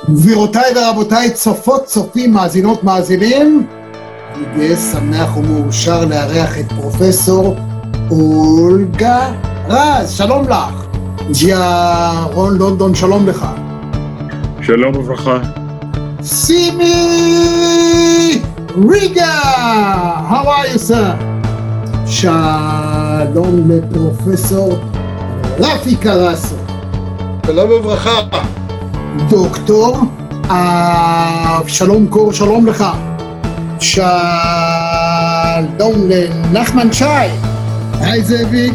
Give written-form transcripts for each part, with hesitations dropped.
גבירותיי ורבותיי, צופות, צופים, מאזינות, מאזינים, אני גאה, שמח ומאושר לארח את פרופסור אולגה רז. שלום לך. ג'יה רון לונדון, שלום לך. שלום וברכה. סימי ריגה, how are you sir? שלום לפרופסור רפי קרסו. שלום וברכה. דוקטור שלום קור, שלום לך. שלום לנחמן שי. היי זאביק.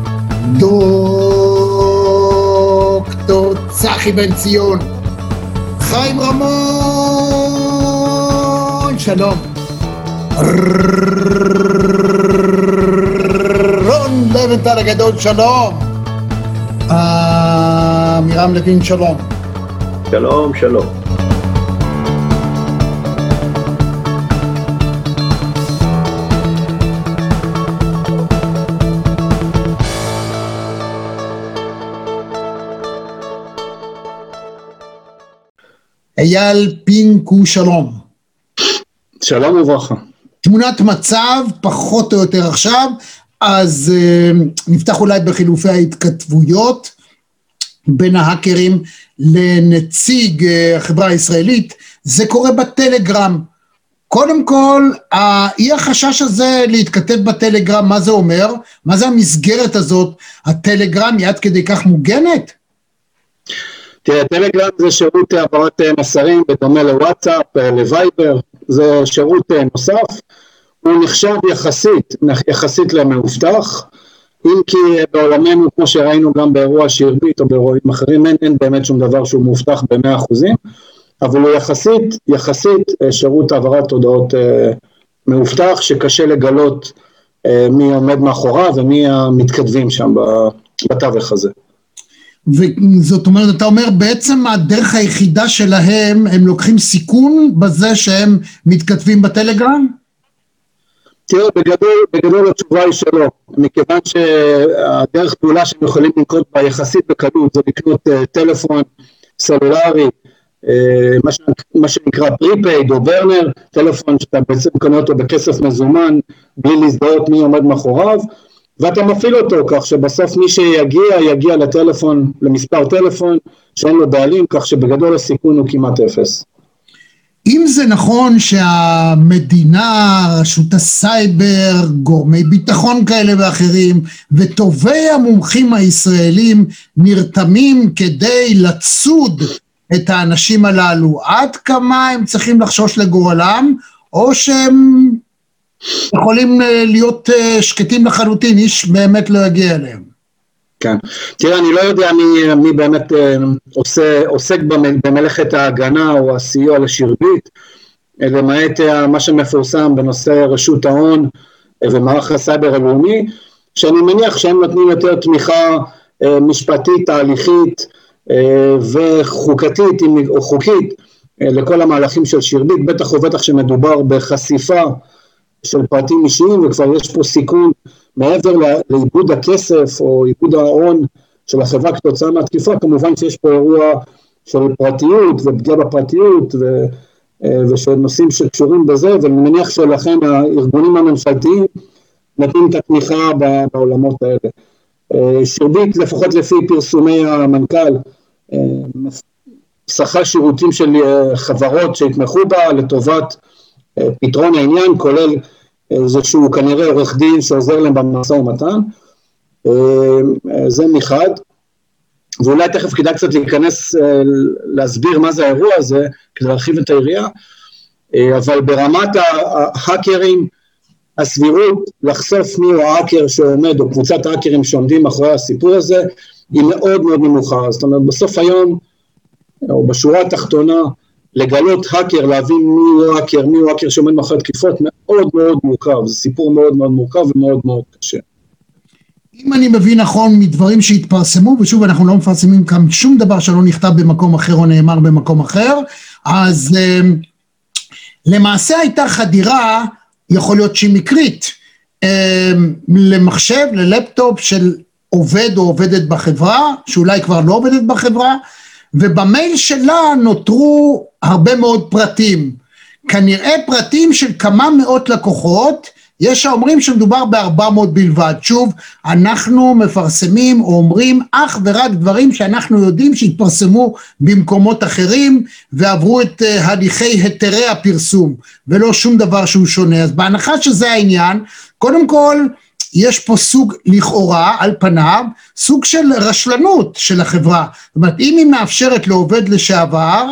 דוקטור צחי בן ציון. חיים רמון, שלום. רון לבנטל הגדול, שלום. מירם לוין, שלום. שלום, שלום. אייל פינקו, שלום. שלום וברכה. תמונת מצב פחות או יותר עכשיו, אז נפתח אולי בחילופי ההתכתבויות בין ההאקרים לנציג החברה הישראלית. זה קורה בטלגרם. קודם כל, אי החשש הזה להתכתב בטלגרם, מה זה אומר? מה זה המסגרת הזאת? הטלגרם היא עד כדי כך מוגנת? תראה, טלגרם זה שירות העברת מסרים בדומה לוואטסאפ, לווייבר, זה שירות נוסף, הוא נחשב יחסית למאובטח, אם כי בעולמנו, כמו שראינו גם באירוע שירביט או באירועים אחרים, אין באמת שום דבר שהוא מאובטח ב100%, אבל הוא יחסית שירות העברת הודעות מאובטח, שקשה לגלות מי עומד מאחוריו ומי המתכתבים שם בתווך הזה. וזאת אומרת, אתה אומר בעצם הדרך היחידה שלהם, הם לוקחים סיכון בזה שהם מתכתבים בטלגרם? תראו, בגדול התשובה היא שלא, מכיוון שהדרך פעולה שהם יכולים לנקוט בה יחסית בקלות, זה לקנות טלפון סלולרי, מה שנקרא פריפייד או ברנר, טלפון שאתה בעצם קונה אותו בכסף מזומן, בלי להזדהות מי עומד מאחוריו, ואתה מפעיל אותו כך שבסוף מי יגיע לטלפון, למספר טלפון שאין לו בעלים, כך שבגדול הסיכון הוא כמעט אפס. אם זה נכון שהמדינה, רשות הסייבר, גורמי ביטחון כאלה ואחרים, וטובי המומחים הישראלים נרתמים כדי לצוד את האנשים הללו, עד כמה הם צריכים לחשוש לגורלם, או שהם יכולים להיות שקטים לחלוטין, איש באמת לא יגיע אליהם? כן, תראה, אני לא יודע מי באמת עוסק במלאכת ההגנה או הסיוע לשירביט, למעט מה שמפורסם בנושא רשות ההון ומערך הסייבר הלאומי, שאני מניח שהם נותנים יותר תמיכה משפטית, תהליכית וחוקתית או חוקית לכל המהלכים של שירביט, בטח ובטח שמדובר בחשיפה של פרטים אישיים, וכבר יש פה סיכון מעבר לאיבוד הכסף או איבוד ההון של החברה כתוצאה מהתקיפה, כמובן שיש פה אירוע של פרטיות ופגיעה בפרטיות ושל נושאים שקשורים בזה, ואני מניח שלכן הארגונים הממשלתיים נותנים את התמיכה בעולמות האלה. שירביט, לפחות לפי פרסומי המנכ"ל, שכר שירותים של חברות שהתמכו בה לטובת פתרון העניין, כולל זה שהוא כנראה עורך דין שעוזר להם במשא ומתן, זה מחד, ואולי תכף כדאי קצת להיכנס, להסביר מה זה האירוע הזה, כדי להרחיב את היריעה, אבל ברמת ההאקרים, הסבירות לחשוף מי הוא ההאקר שעומד, או קבוצת ההאקרים שעומדים אחרי הסיפור הזה, היא מאוד מאוד נמוכה. זאת אומרת, בסוף היום, או בשורה התחתונה, לגלות האקר, להבין מי הוא האקר שעומד מאחורי תקיפות, מאוד מאוד מורכב, זה סיפור מאוד מאוד מורכב ומאוד מאוד קשה. אם אני מבין נכון מדברים שהתפרסמו, ושוב אנחנו לא מפרסמים כאן שום דבר שלא נכתב במקום אחר או נאמר במקום אחר, אז למעשה הייתה חדירה, יכול להיות שהיא מקרית, למחשב, ללפטופ של עובד או עובדת בחברה, שאולי כבר לא עובדת בחברה, ובמייל שלה נותרו הרבה מאוד פרטים, כנראה פרטים של כמה מאות לקוחות, יש האומרים שמדובר ב400 בלבד. שוב, אנחנו מפרסמים או אומרים אך ורק דברים שאנחנו יודעים שהתפרסמו במקומות אחרים ועברו את הליכי היתרי הפרסום, ולא שום דבר שהוא שונה. אז בהנחה שזה העניין, קודם כל יש פה סוג לכאורה על פניו, סוג של רשלנות של החברה. זאת אומרת, אם היא מאפשרת לעובד לשעבר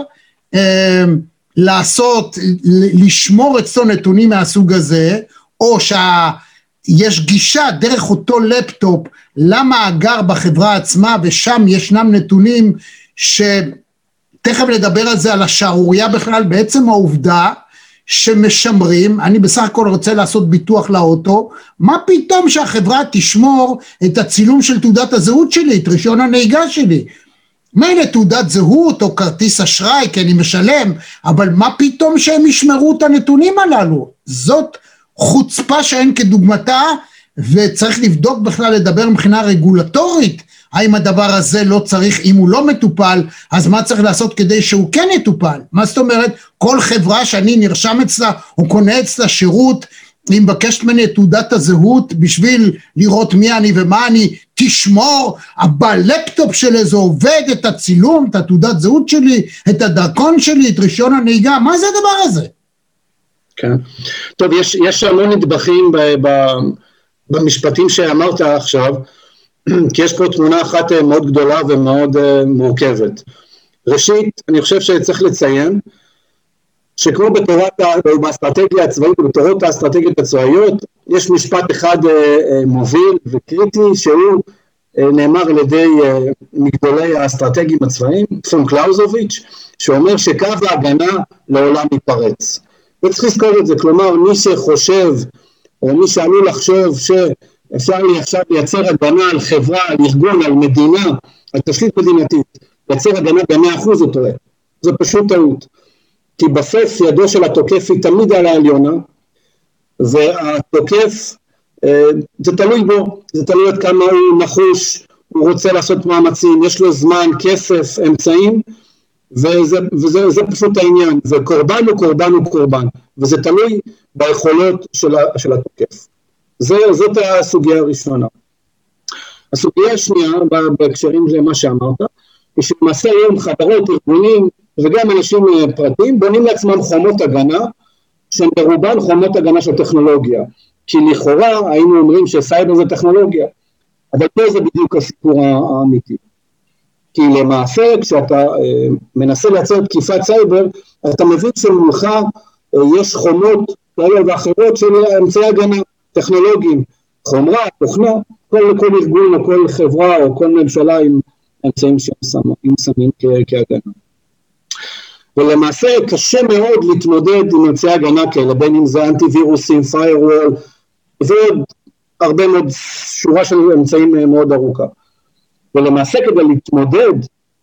לשמור אצלו נתונים מהסוג הזה, או שיש גישה דרך אותו לפטופ למאגר בחברה עצמה, ושם ישנם נתונים שתכף נדבר על זה, על השערוריה בכלל, בעצם העובדה שמשמרים, אני בסך הכל רוצה לעשות ביטוח לאוטו, מה פתאום שהחברה תשמור את הצילום של תעודת הזהות שלי, את רישיון הנהיגה שלי, מילא תעודת זהות או כרטיס אשראי, כי אני משלם, אבל מה פתאום שהם ישמרו את הנתונים הללו? זאת חוצפה שאין כדוגמתה, וצריך לבדוק בכלל, לדבר מבחינה רגולטורית, האם הדבר הזה לא צריך, אם הוא לא מטופל, אז מה צריך לעשות כדי שהוא כן יטופל? מה זאת אומרת, כל חברה שאני נרשם אצלה, או קונה אצלה שירות, היא מבקשת ממני את תעודת הזהות, בשביל לראות מי אני ומה אני, תשמור, בלפטופ של איזה עובד את הצילום, את התעודת זהות שלי, את הדרכון שלי, את רישיון הנהיגה, מה זה הדבר הזה? כן, טוב, יש המון נדבכים במשפטים שאמרת עכשיו, כי יש פה תמונה אחת מאוד גדולה ומאוד מורכבת. ראשית, אני חושב שצריך לציין, שכמו באסטרטגיה הצבאית ובתורות האסטרטגיות הצבאיות, יש משפט אחד מוביל וקריטי, שהוא נאמר על ידי מגדולי האסטרטגיים הצבאיים, פון קלאוזוביץ', שאומר שקו ההגנה לעולם ייפרץ. וצריך לזכור את זה, כלומר מי שחושב, או מי שעלול לחשוב שאפשר לי עכשיו לייצר הגנה על חברה, על ארגון, על מדינה, על תשתית מדינתית, לייצר הגנה ב100%, הוא טועה. זה פשוט טעות. כי בסוף ידו של התוקף היא תמיד על העליונה, והתוקף, זה תלוי בו, זה תלוי עד כמה הוא נחוש, הוא רוצה לעשות מאמצים, יש לו זמן, כסף, אמצעים, וזה פשוט העניין, וקורבן הוא קורבן הוא קורבן, וזה תלוי ביכולות של התוקף. זאת הסוגיה הראשונה. הסוגיה השנייה, בהקשרים למה שאמרת, היא שלמעשה היום חברות, ארגונים, וגם אנשים פרטיים, בונים לעצמם חומות הגנה, שהן ברובן חומות הגנה של טכנולוגיה, כי לכאורה היינו אומרים שסייבר זה טכנולוגיה, אבל פה זה בדיוק הסיפור האמיתי. כי למעשה כשאתה מנסה לייצר תקיפת סייבר, אתה מבין שמולך יש חומות כאלה ואחרות של אמצעי הגנה טכנולוגיים, חומרה, תוכנה, כל ארגון או כל חברה או כל ממשלה עם אמצעים ששמים כהגנה. ולמעשה קשה מאוד להתמודד עם אמצעי הגנה כאלה, בין אם זה אנטי-וירוסים, firewall, ועוד הרבה מאוד שורה של אמצעים מאוד ארוכה. ולמעשה כדי להתמודד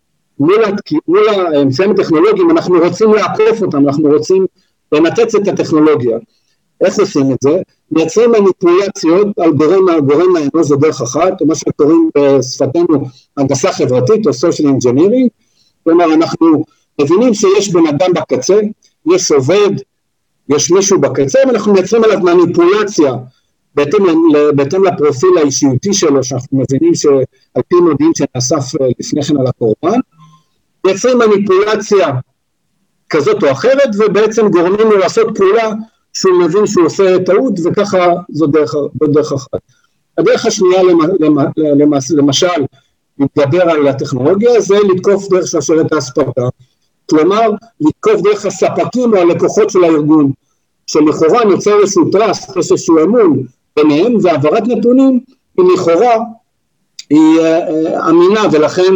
מול האמצעים הטכנולוגיים, אנחנו רוצים לעקוף אותם, אנחנו רוצים לנתץ את הטכנולוגיה. איך עושים את זה? מייצרים מניפולציות על גורם האנוש, זו דרך אחת, או מה שקוראים בשפתנו הנדסה חברתית, או social engineering, כלומר אנחנו מבינים שיש בן אדם בקצה, יש עובד, יש מישהו בקצה, ואנחנו מייצרים עליו מניפולציה, בהתאם לפרופיל האישיותי שלו, שאנחנו מבינים שעל פי מודיעין שנאסף לפני כן על הקורבן, מייצרים מניפולציה כזאת או אחרת, ובעצם גורמים לו לעשות פעולה, שהוא מבין שהוא עושה טעות, וככה זו דרך אחת. הדרך השנייה למשל, להתגבר על הטכנולוגיה, זה לתקוף דרך שרשרת האספקה, כלומר, לתקוף דרך הספקים או הלקוחות של הארגון, שלכאורה נוצר איזשהו טראסט, איזשהו אמון ביניהם, והעברת נתונים היא לכאורה, היא אמינה, ולכן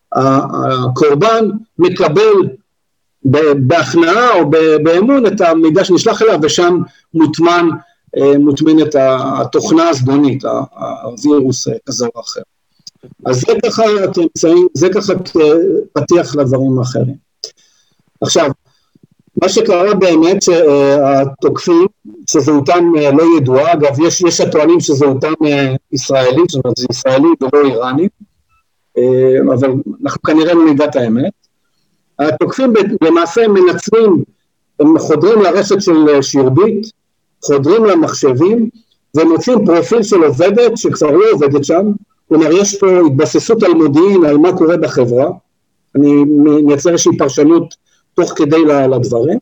הקורבן מקבל בהכנעה או באמון את המידע שנשלח אליו, ושם מוטמנת התוכנה הזדונית, הווירוס כזה או אחר. אז זה ככה פתיח לדברים האחרים. עכשיו, מה שקרה באמת שהתוקפים, שזהותם לא ידועה, אגב יש הטוענים שזהותם ישראלית, זאת אומרת זה ישראלי ולא איראני, אבל אנחנו כנראה לא נדע את האמת, התוקפים למעשה מנצלים, הם חודרים לרשת של שירביט, חודרים למחשבים, ומוצאים פרופיל של עובדת שכבר לא עובדת שם, כלומר יש פה התבססות על מודיעין, על מה קורה בחברה, אני מייצר איזושהי פרשנות תוך כדי לדברים,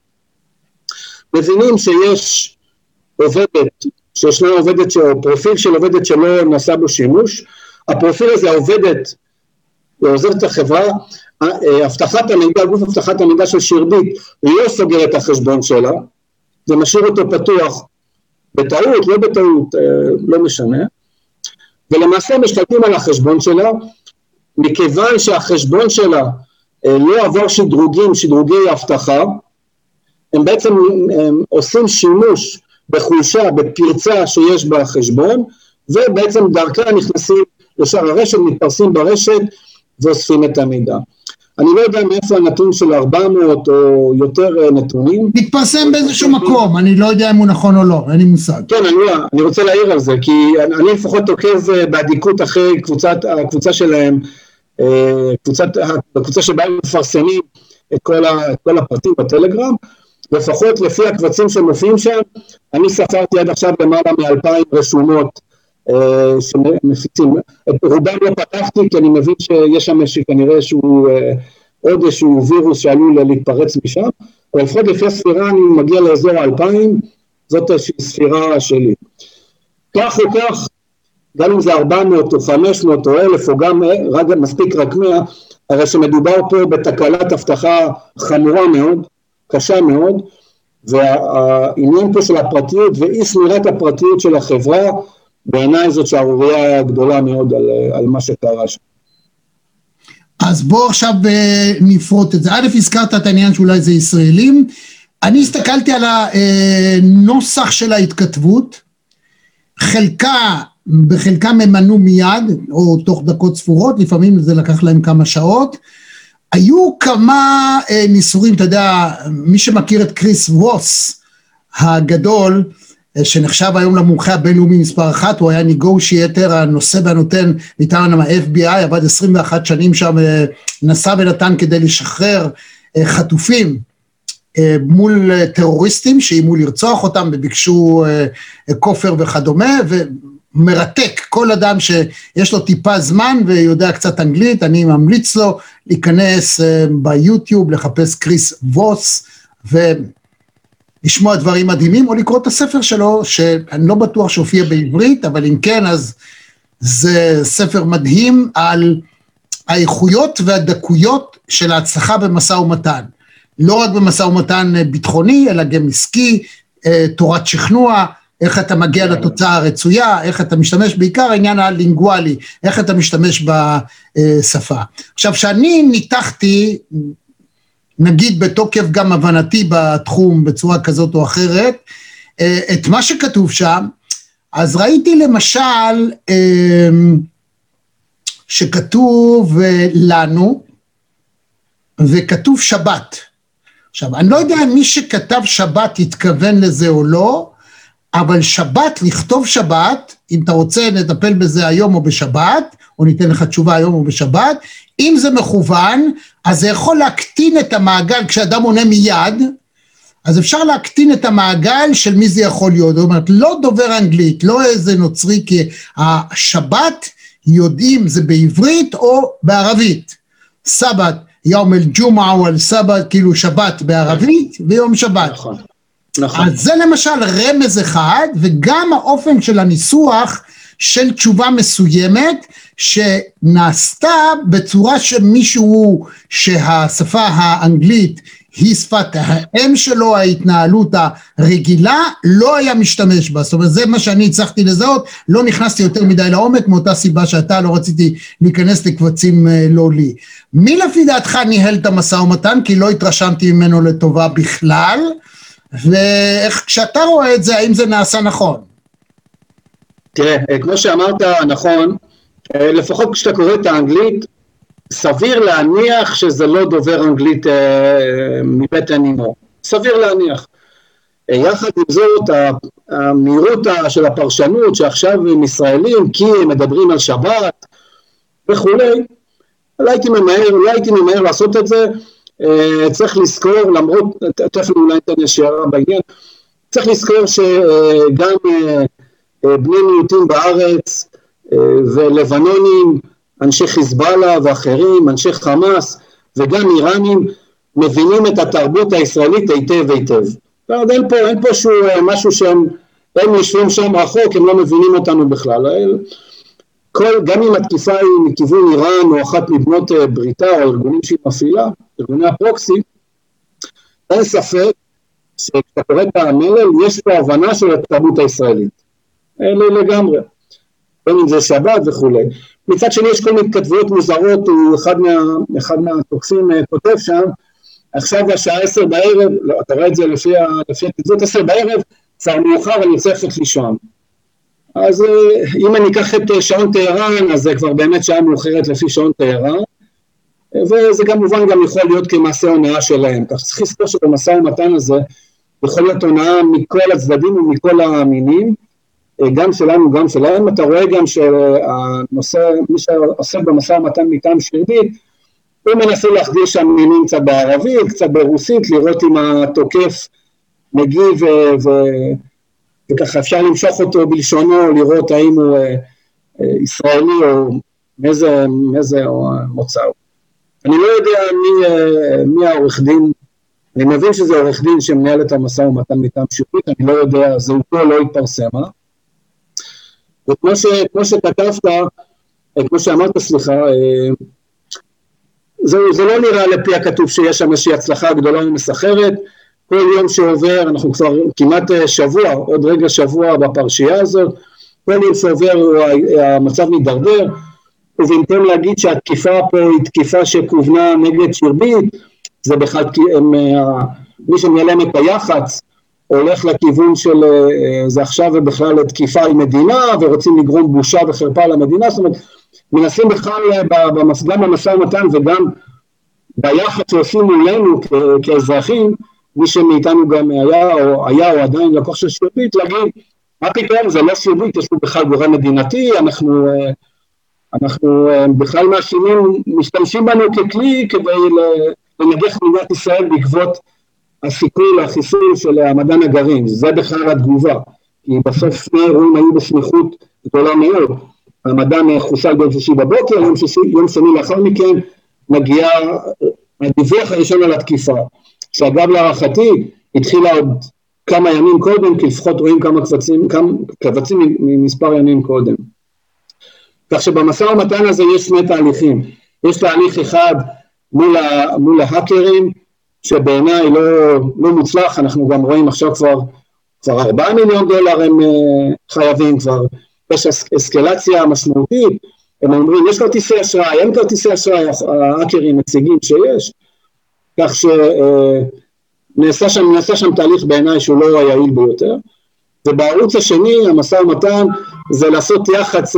מבינים שיש עובדת, שישנה עובדת, פרופיל של עובדת שלא נעשה בו שימוש, הפרופיל הזה העובדת, עוזרת את החברה, הבטחת המידע, גוף הבטחת המידע של שירביט, לא סוגר את החשבון שלה, ומשאיר אותו פתוח, בטעות, לא בטעות, לא משנה, ולמעשה משתלטים על החשבון שלה, מכיוון שהחשבון שלה לא עבר שדרוגי הבטחה, הם בעצם עושים שימוש בחולשה, בפרצה שיש בחשבון, ובעצם דרכה נכנסים לשאר הרשת, מתפרסים ברשת, ואוספים את המידע. אני לא יודע מאיפה הנתון של 400 או יותר נתונים. מתפרסם באיזשהו מקום, אני לא יודע אם הוא נכון או לא, אין לי מושג. כן, אני רוצה להעיר על זה, כי אני לפחות תוקב בעדיקות אחרי הקבוצה שלהם, בקבוצה שבה הם מפרסמים את כל הפרטים בטלגרם, לפחות לפי הקבצים שמופיעים שם, אני ספרתי עד עכשיו למעלה מ-2,000 רשומות שמפיצים, רובם לא פתחתי כי אני מבין שיש שם כנראה עוד איזשהו וירוס שעלול להתפרץ משם, אבל לפחות לפי הספירה אני מגיע לאזור 2,000, זאת איזושהי ספירה שלי. כך או כך, גם אם זה 400 או 500 או 1,000 או גם מספיק רק 100, הרי שמדובר פה בתקלת הבטחה חמורה מאוד, קשה מאוד, והעניין פה של הפרטיות ואי שמירת הפרטיות של החברה, בעיניי זאת שערוריה גדולה מאוד על מה שקרה שם. אז בוא עכשיו נפרוט את זה. א', הזכרת את העניין שאולי זה ישראלים, אני הסתכלתי על הנוסח של ההתכתבות, בחלקם הם ענו מיד, או תוך דקות ספורות, לפעמים זה לקח להם כמה שעות, היו כמה ניסורים, אתה יודע, מי שמכיר את קריס ווס הגדול, שנחשב היום למומחה הבינלאומי מספר 1, הוא היה ניגושייטר, הנושא והנותן מטעם ה-FBI, עבד 21 שנים שם, נסע ונתן כדי לשחרר חטופים מול טרוריסטים, שאיימו לרצוח אותם וביקשו כופר וכדומה, ומרתק, כל אדם שיש לו טיפה זמן ויודע קצת אנגלית, אני ממליץ לו להיכנס ביוטיוב, לחפש קריס ווס, לשמוע דברים מדהימים, או לקרוא את הספר שלו, שאני לא בטוח שהופיע בעברית, אבל אם כן, אז זה ספר מדהים על האיכויות והדקויות של ההצלחה במשא ומתן. לא רק במשא ומתן ביטחוני, אלא גם עסקי, תורת שכנוע, איך אתה מגיע לתוצאה הרצויה, איך אתה משתמש, בעיקר העניין הלינגואלי, איך אתה משתמש בשפה. עכשיו, שאני ניתחתי, נגיד בתוקף גם הבנתי בתחום בצורה כזאת או אחרת, את מה שכתוב שם, אז ראיתי למשל שכתוב לנו, וכתוב שבת. עכשיו, אני לא יודע אם מי שכתב שבת התכוון לזה או לא, אבל שבת, לכתוב שבת, אם אתה רוצה נטפל בזה היום או בשבת, או ניתן לך תשובה היום או בשבת, אם זה מכוון, אז זה יכול להקטין את המעגל, כשאדם עונה מיד, אז אפשר להקטין את המעגל של מי זה יכול להיות, זאת אומרת, לא דובר אנגלית, לא איזה נוצרי, כי השבת יודעים זה בעברית או בערבית, סבת, יום אל-ג'ומעה או אל-סבת, כאילו שבת בערבית ויום שבת. נכון, נכון. אז זה למשל רמז אחד, וגם האופן של הניסוח של תשובה מסוימת, שנעשתה בצורה שמישהו שהשפה האנגלית היא שפת האם שלו, ההתנהלות הרגילה, לא היה משתמש בה. זאת אומרת, זה מה שאני הצלחתי לזהות, לא נכנסתי יותר מדי לעומק, מאותה סיבה שאתה לא רציתי להיכנס לקבצים לא לי. מי לפי דעתך ניהל את המשא ומתן, כי לא התרשמתי ממנו לטובה בכלל, ואיך כשאתה רואה את זה, האם זה נעשה נכון? תראה, כמו שאמרת, נכון, לפחות כשאתה קורא את האנגלית, סביר להניח שזה לא דובר אנגלית מבטן אמו, סביר להניח. יחד עם זאת, המהירות של הפרשנות שעכשיו הם ישראלים, כי הם מדברים על שבת וכולי, לא הייתי ממהר לעשות את זה, צריך לזכור, למרות, תכף אולי ניתן השערה בעניין, צריך לזכור שגם בני מיעוטים בארץ ולבנונים, אנשי חיזבאללה ואחרים, אנשי חמאס וגם איראנים, מבינים את התרבות הישראלית היטב היטב. אין פה משהו שהם יושבים שם רחוק, הם לא מבינים אותנו בכלל. גם אם התקיפה היא מכיוון איראן או אחת מבנות בריתה או ארגונים שהיא מפעילה, ארגוני הפרוקסי, אין ספק שכשאתה קורא את המלל, יש פה הבנה של התרבות הישראלית. לגמרי. בין אם זה שבת וכו'. מצד שני יש כל מיני כתבויות מוזרות, אחד מהתוקפים כותב שם, עכשיו השעה 10 בערב, לא, אתה רואה את זה לפי התקצות 10 בערב, כבר מאוחר אני צריך ללכת לישון. אז אם אני אקח את שעון טהרן, אז זה כבר באמת שעה מאוחרת לפי שעון טהרן, וזה כמובן גם יכול להיות כמעשה הונאה שלהם. כך צריך לזכור שבמשא ומתן הזה יכול להיות הונאה מכל הצדדים ומכל המינים, גם שלנו, גם שלהם. אתה רואה גם שהנושא, מי שעוסק במשא ומתן מטעם שירביט, הוא מנסה להחדיר שם מינים קצת בערבית, קצת ברוסית, לראות אם התוקף מגיב וככה אפשר למשוך אותו בלשונו, לראות האם הוא ישראלי או מאיזה מוצא. אני לא יודע מי העורך דין, אני מבין שזה עורך דין שמנהל את המשא ומתן מטעם שירביט, אני לא יודע, זהותו לא התפרסמה. וכמו שכתבת, כמו שאמרת, סליחה, זה לא נראה לפי הכתוב שיש שם איזושהי הצלחה גדולה ומסחרת, כל יום שעובר, אנחנו כבר כמעט שבוע, עוד רגע שבוע בפרשייה הזאת, כל יום שעובר המצב מתדרדר, ובמקום להגיד שהתקיפה פה היא תקיפה שכוונה נגד שירביט, זה בכלל, מי שמנהלם את היח"צ, הולך לכיוון של, זה עכשיו ובכלל תקיפה על מדינה, ורוצים לגרום בושה וחרפה על המדינה, זאת אומרת, מנסים בכלל גם במשא ומתן וגם ביחד שעושים מולנו כאזרחים, מי שמאיתנו גם היה או עדיין לקוח של שירביט, להגיד, מה פתאום, זה לא שירביט, יש פה בכלל גורם מדינתי, אנחנו בכלל מאשימים, משתמשים בנו ככלי כדי לנגח מדינת ישראל בעקבות הסיכוי לחיסול של המדען הגרעין, זה בכלל התגובה, כי בסוף שני אירועים היו בסמיכות גדולה מאוד, המדען חוסל ביום שישי בבוקר, יום שני לאחר מכן מגיע הדיווח הראשון על התקיפה, שאגב להערכתי התחילה עוד כמה ימים קודם, כי לפחות רואים כמה קבצים ממספר ימים קודם. כך שבמשא ומתן הזה יש שני תהליכים, יש תהליך אחד מול ההאקרים, שבעיניי לא מוצלח, אנחנו גם רואים עכשיו כבר 4 מיליון דולר הם חייבים, כבר יש אסקלציה משמעותית, הם אומרים יש כרטיסי אשראי, אין כרטיסי אשראי, ההאקרים מציגים שיש, כך שנעשה שם תהליך בעיניי שהוא לא היעיל ביותר, ובערוץ השני המשא ומתן זה לעשות יח"צ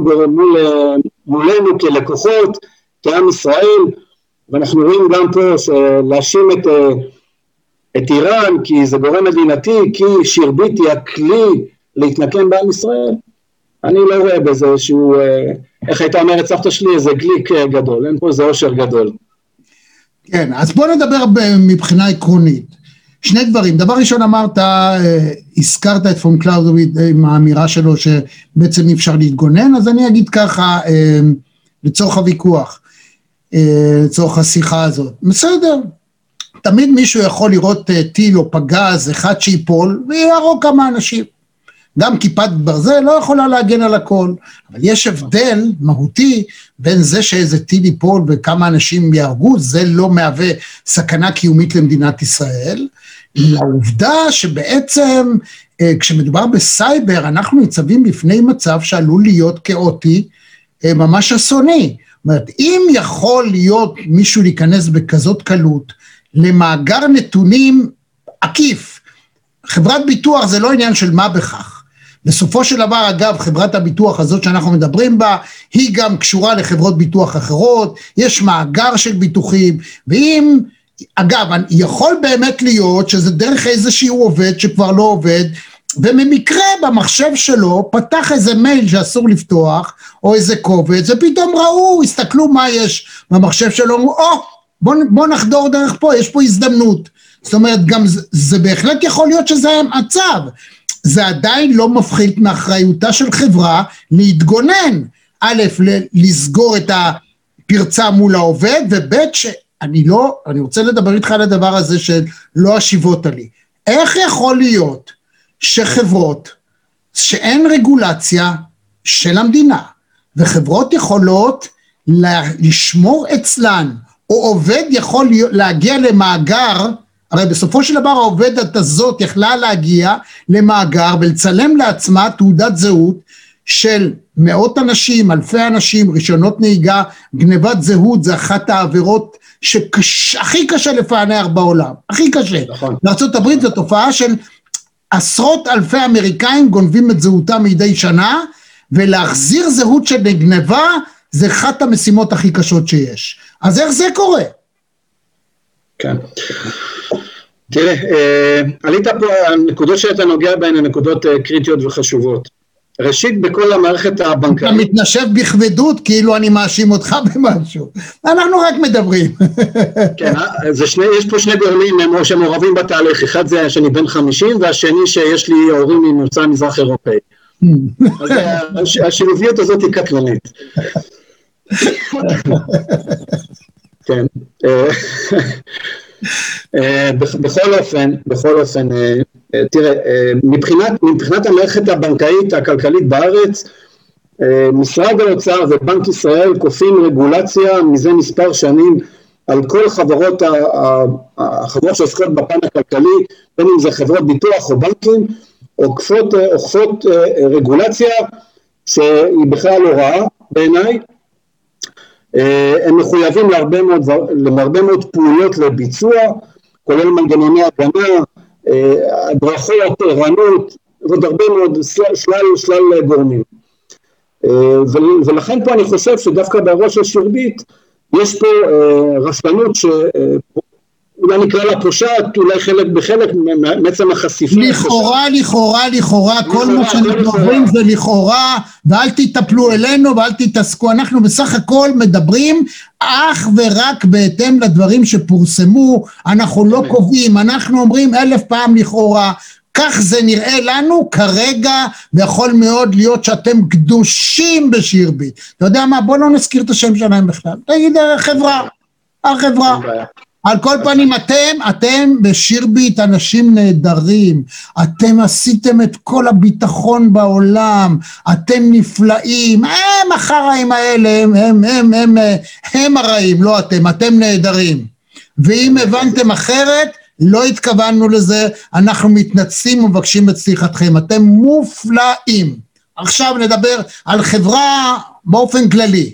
מולנו כלקוחות, כעם ישראל, ואנחנו רואים גם פה להאשים את איראן, כי זה גורם מדינתי, כי שירביט היא הכלי להתנקם בעם ישראל, אני לא רואה בזה שהוא, איך הייתה אומרת סבתא שלי, איזה גליק גדול, אין פה איזה עושר גדול. כן, אז בוא נדבר מבחינה עקרונית. שני דברים, דבר ראשון אמרת, הזכרת את פון קלאוזוויץ עם האמירה שלו שבעצם אי אפשר להתגונן, אז אני אגיד ככה, לצורך הוויכוח, לצורך השיחה הזאת, בסדר, תמיד מישהו יכול לראות טיל או פגז, אחד שיפול, ויהרוג כמה אנשים, גם כיפת ברזל לא יכולה להגן על הכל, אבל יש הבדל מהותי בין זה שאיזה טיל ייפול וכמה אנשים יהרגו, זה לא מהווה סכנה קיומית למדינת ישראל, לעובדה שבעצם כשמדובר בסייבר אנחנו ניצבים בפני מצב שעלול להיות כאוטי, ממש אסוני, זאת אומרת אם יכול להיות מישהו להיכנס בכזאת קלות למאגר נתונים עקיף, חברת ביטוח זה לא עניין של מה בכך, בסופו של דבר, אגב, חברת הביטוח הזאת שאנחנו מדברים בה, היא גם קשורה לחברות ביטוח אחרות, יש מאגר של ביטוחים, ואם, אגב, יכול באמת להיות שזה דרך איזשהו עובד שכבר לא עובד, וממקרה במחשב שלו פתח איזה מייל שאסור לפתוח, או איזה קובץ, ופתאום ראו, הסתכלו מה יש במחשב שלו, בוא נחדור דרך פה, יש פה הזדמנות. זאת אומרת, גם זה בהחלט יכול להיות שזה המצב. זה עדיין לא מפחית מאחריותה של חברה להתגונן. א', לסגור את הפרצה מול העובד, וב' אני רוצה לדבר איתך על הדבר הזה של לא השיבות עלי. איך יכול להיות שחברות שאין רגולציה של המדינה, וחברות יכולות לשמור אצלן, או עובד יכול להגיע למאגר, הרי בסופו של דבר העובדת הזאת יכלה להגיע למאגר ולצלם לעצמה תעודת זהות של מאות אנשים, אלפי אנשים, רישיונות נהיגה, גנבת זהות, זה אחת העבירות שהכי קשה לפענח בעולם, הכי קשה. נכון. בארצות הברית זו תופעה של עשרות אלפי אמריקאים גונבים את זהותם מדי שנה, ולהחזיר זהות של גנבה זה אחת המשימות הכי קשות שיש. אז איך זה קורה? כן. תראה, עלית פה, הנקודות שאתה נוגע בהן, הנקודות קריטיות וחשובות. ראשית, בכל המערכת הבנקאית... אתה מתנשב בכבדות, כאילו אני מאשים אותך במשהו. אנחנו רק מדברים. כן, יש פה שני גורמים שמעורבים בתהליך. אחד זה שאני בן 50, והשני שיש לי הורים ממוצא מזרח אירופאי. אז השילוביות הזאת היא קטלנית. כן. בכל אופן, תראה, מבחינת המערכת הבנקאית הכלכלית בארץ, משרד האוצר ובנק ישראל כופים רגולציה מזה מספר שנים על כל החברות שעוסקות בפן הכלכלי, בין אם זה חברות ביטוח או בנקים, אוכפות רגולציה שהיא בכלל לא רעה בעיניי. הם מחויבים להרבה מאוד פעולות לביצוע, כולל מנגנוני הגנה, הדרכות, ערנות, ועוד הרבה מאוד שלל גורמים. ולכן פה אני חושב שדווקא באירוע של שירביט, יש פה רשלנות אולי נקרא לה פושעת, אולי בחלק מעצם החשיפה. לכאורה, כל מה שאנחנו עוברים זה לכאורה, ואל תטפלו אלינו ואל תתעסקו, אנחנו בסך הכל מדברים אך ורק בהתאם לדברים שפורסמו, אנחנו לא קובעים, אנחנו אומרים 1000 פעם לכאורה, כך זה נראה לנו כרגע, ויכול מאוד להיות שאתם קדושים בשירביט. אתה יודע מה, בוא לא נזכיר את השם שלהם בכלל, תגיד החברה. על כל פנים, אתם בשירביט אנשים נהדרים, אתם עשיתם את כל הביטחון בעולם, אתם נפלאים, הם החראים האלה, הם הרעים, לא אתם נהדרים. ואם הבנתם אחרת, לא התכוונו לזה, אנחנו מתנצלים ומבקשים את סליחתכם, אתם מופלאים. עכשיו נדבר על חברה באופן כללי.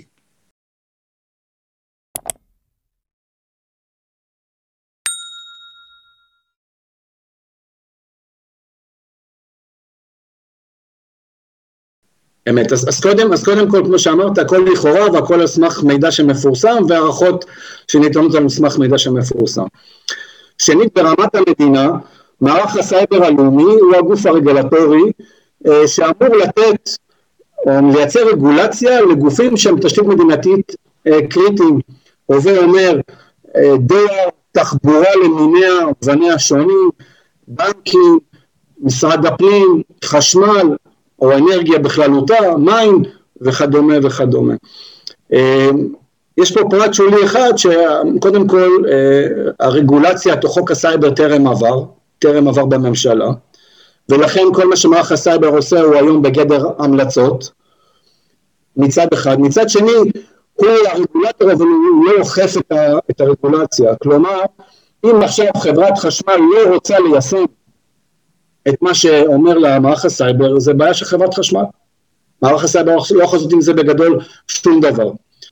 אמת, אז קודם כל, כמו שאמרת, הכל לכאורה והכל על סמך מידע שמפורסם, והערכות שניתנות על סמך מידע שמפורסם. שנית, ברמת המדינה, מערך הסייבר הלאומי הוא הגוף הרגולטורי, שאמור לתת או לייצר רגולציה לגופים שהם תשתית מדינתית קריטיים, אומר דואר, תחבורה למיניה ובניה השונים, בנקים, משרד הפנים, חשמל, או אנרגיה בכללותה, מים וכדומה וכדומה. יש פה פרט שולי אחד שקודם כל הרגולציה תוך חוק הסייבר טרם עבר בממשלה, ולכן כל מה שמערך הסייבר עושה הוא היום בגדר המלצות, מצד אחד. מצד שני, הוא הרגולטור אבל הוא לא אוכף את הרגולציה, כלומר, אם עכשיו חברת חשמל לא רוצה ליישם את מה שאומר לה מערך הסייבר, זה בעיה של חברת חשמל. מערך הסייבר לא יכול לעשות עם זה בגדול שום דבר.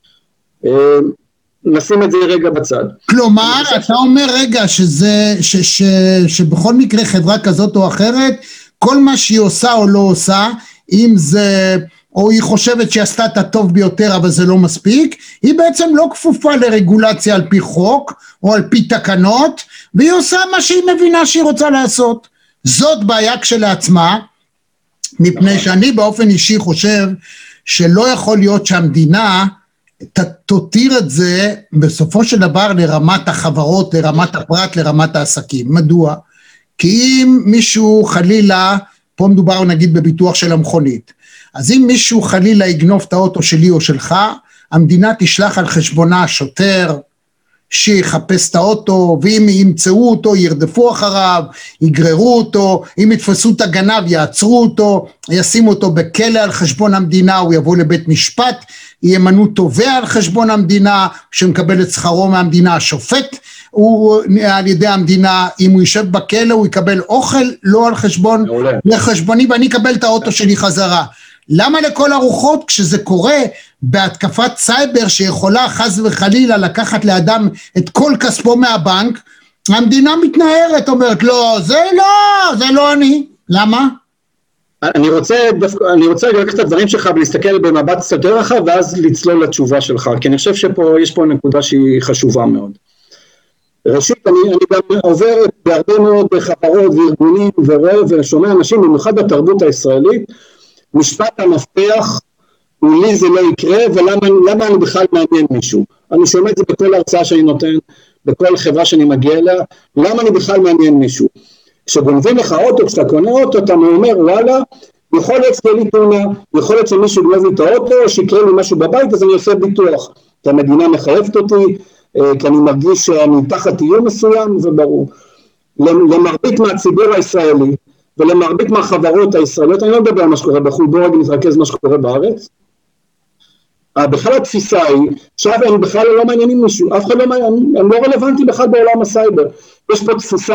נשים את זה רגע בצד. כלומר, אתה אומר רגע שבכל מקרה חברה כזאת או אחרת, כל מה שהיא עושה או לא עושה, אם זה, או היא חושבת שהיא עשתה את הטוב ביותר, אבל זה לא מספיק, היא בעצם לא כפופה לרגולציה על פי חוק, או על פי תקנות, והיא עושה מה שהיא מבינה שהיא רוצה לעשות. זאת בעיה כשלעצמה, מפני שאני באופן אישי חושב שלא יכול להיות שהמדינה תותיר את זה בסופו של דבר לרמת החברות, לרמת הפרט, לרמת העסקים. מדוע? כי אם מישהו חלילה, פה מדובר נגיד בביטוח של המכונית, אז אם מישהו חלילה יגנוב את האוטו שלי או שלך, המדינה תשלח על חשבונה שוטר, שיחפש את האוטו, ואם ימצאו אותו, ירדפו אחריו, יגררו אותו, אם יתפסו את הגנב, יעצרו אותו, ישימו אותו בכלא על חשבון המדינה, הוא יבוא לבית משפט, ימנו תובע על חשבון המדינה, שמקבל את שכרו מהמדינה, השופט הוא על ידי המדינה, אם הוא יישב בכלא, הוא יקבל אוכל, לא על חשבון, לחשבוני, ואני אקבל את האוטו שלי חזרה. למה לכל הרוחות כשזה קורה בהתקפת סייבר שיכולה חס וחלילה לקחת לאדם את כל כספו מהבנק, המדינה מתנערת, אומרת לא, זה לא אני, למה? אני רוצה לקחת את הדברים שלך ולהסתכל במבט קצת יותר רחב ואז לצלול לתשובה שלך, כי אני חושב שיש פה נקודה שהיא חשובה מאוד. ראשית, אני גם עובר בהרבה מאוד חברות וארגונים ורואה ושומע אנשים, במיוחד בתרבות הישראלית, משפט המפתח, לי זה לא יקרה, ולמה אני בכלל מעניין מישהו? אני שומע את זה בכל הרצאה שאני נותן, בכל חברה שאני מגיע אליה, למה אני בכלל מעניין מישהו? כשגונבים לך אוטו, כשאתה קונה אוטו, אתה אומר, וואלה, יכול להיות שתהיה לי תאונה, יכול להיות שמישהו גנוב לי את האוטו, או שיקרה לי משהו בבית, אז אני עושה ביטוח. כי המדינה מחייבת אותי, כי אני מרגיש שאני תחת איום מסוים, זה ברור. למרבית מהציבור הישראלי, ולמרבית מהחברות הישראליות, אני לא מדבר על מה שקורה בחו"ל, בואו רגע נתרכז מה שקורה בארץ. בכלל התפיסה היא, עכשיו הם בכלל לא מעניינים מישהו, אף אחד לא מעניין, הם לא רלוונטיים בכלל בעולם הסייבר. יש פה תפיסה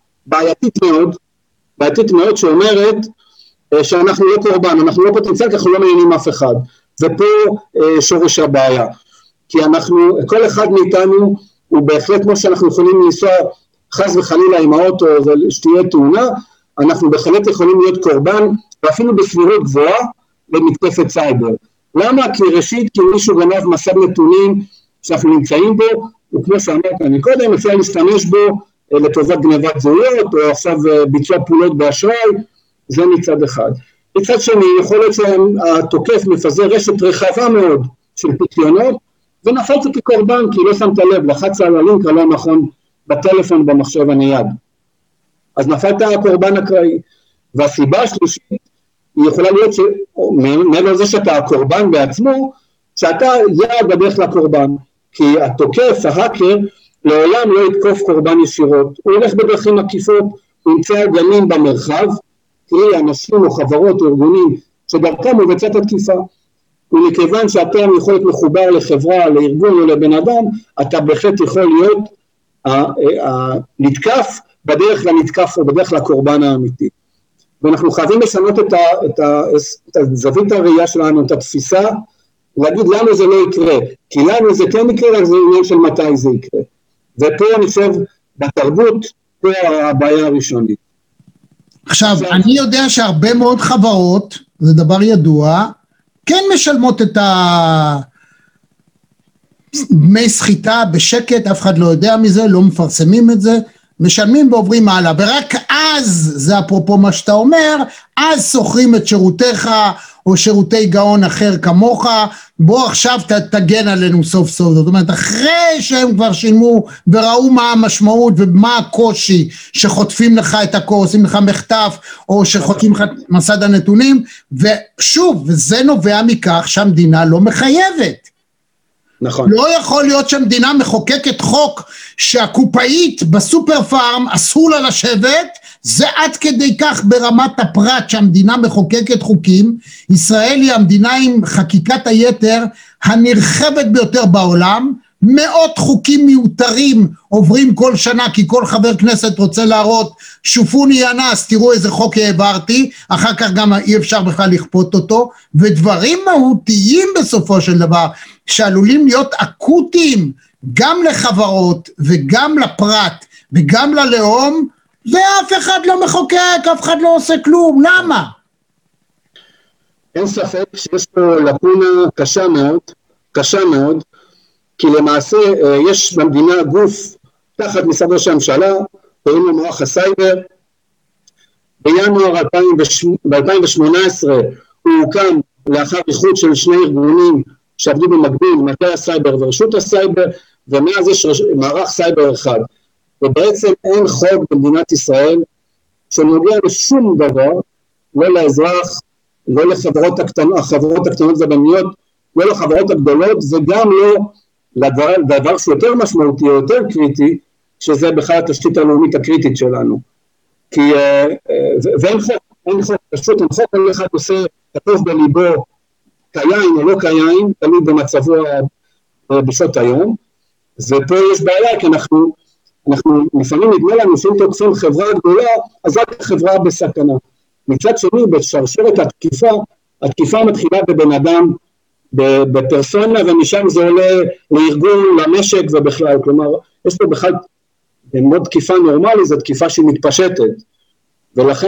בעייתית מאוד שאומרת שאנחנו לא קורבן, אנחנו לא פוטנציאל, כי אנחנו לא מעניינים אף אחד. ופה שורש הבעיה. כי כל אחד מאיתנו הוא בהחלט כמו שאנחנו יכולים לנסוע חס וחלילה עם האוטו ושתהיה תאונה, אנחנו בהחלט יכולים להיות קורבן, ואפילו בסבירות גבוהה, למתקפת סייבר. למה? כי ראשית, כי מישהו גנב מסד נתונים שאנחנו נמצאים בו, וכמו שאמרת, אני קודם אפשר להשתמש בו לטובת גנבת זהויות, או עכשיו ביצוע פעולות באשראי, זה מצד אחד. מצד שני, יכול להיות שהתוקף מפזר רשת רחבה מאוד של פיתיונות, ונפלת כקורבן, כי לא שמת לב, לחץ על הלינק הלא נכון בטלפון במחשב הנייד. אז נפלת הקורבן אקראי, והסיבה השלישית היא יכולה להיות מעבר לזה שאתה הקורבן בעצמו, שאתה יעד בדרך לקורבן, כי התוקף, ההאקר, לעולם לא יתקוף קורבן ישירות, הוא הולך בדרכים עקיפות, הוא ימצא גנים במרחב, קרי אנשים או חברות או ארגונים שדרכם הוא מבצע את התקיפה, ומכיוון שאתה יכול להיות מחובר לחברה, לארגון או לבן אדם, אתה בהחלט יכול להיות נתקף בדרך לנתקף או בדרך לקורבן האמיתי. ואנחנו חייבים לשנות את זווית הראייה שלנו, את התפיסה, להגיד לנו זה לא יקרה, כי לנו זה כן יקרה, רק זה עניין של מתי זה יקרה. ופה אני חושב, בתרבות, פה הבעיה הראשונית. עכשיו, אני יודע שהרבה מאוד חברות, זה דבר ידוע, כן משלמות את דמי סחיטה בשקט, אף אחד לא יודע מזה, לא מפרסמים את זה, משלמים ועוברים הלאה, ורק אז, זה אפרופו מה שאתה אומר, אז סוחרים את שירותיך, או שירותי גאון אחר כמוך, בוא עכשיו תגן עלינו סוף סוף, זאת אומרת, אחרי שהם כבר שילמו, וראו מה המשמעות, ומה הקושי, שחוטפים לך את הקורס, עושים לך מחטף, או שחוטפים לך מסד הנתונים, ושוב, וזה נובע מכך שהמדינה לא מחייבת, נכון. לא יכול להיות שהמדינה מחוקקת חוק שהקופאית בסופר פארם אסור לה לשבת, זה עד כדי כך ברמת הפרט שהמדינה מחוקקת חוקים. ישראל היא המדינה עם חקיקת היתר הנרחבת ביותר בעולם, מאות חוקים מיותרים עוברים כל שנה, כי כל חבר כנסת רוצה להראות, שופוני אנס, תראו איזה חוק העברתי, אחר כך גם אי אפשר בכלל לכפות אותו, ודברים מהותיים בסופו של דבר, שעלולים להיות אקוטיים, גם לחברות, וגם לפרט, וגם ללאום, ואף אחד לא מחוקק, אף אחד לא עושה כלום, למה? אין ספק שיש פה לקונה קשה מאוד, כי למעשה יש במדינה גוף תחת משרד ראש הממשלה, קוראים לו מערך הסייבר, בינואר 2018 הוא הוקם לאחר איחוד של שני ארגונים שעבדו במקביל, מטה הסייבר ורשות הסייבר, ומאז יש מערך סייבר אחד. ובעצם אין חוק במדינת ישראל שנוגע לשום דבר, לא לאזרח, לא לחברות הקטנות, החברות הקטנות והבינוניות, לא לחברות הגדולות, וגם לא לדבר שהוא יותר משמעותי או יותר קריטי, שזה בכלל התשתית הלאומית הקריטית שלנו. כי, ואין חוק, פשוט אין חוק, כל אחד עושה כתוב בליבו, כיין או לא כיין, תמיד במצבו בשעות היום, ופה יש בעיה, כי אנחנו לפעמים נדמה לנו, שאם תוקפים חברה גדולה, אז רק החברה בסכנה. מצד שני, בשרשרת התקיפה מתחילה בבן אדם, בפרסונה, ומשם זה עולה לארגון, למשק ובכלל, כלומר, יש פה בכלל מאוד תקיפה נורמלית, זו תקיפה שמתפשטת, ולכן,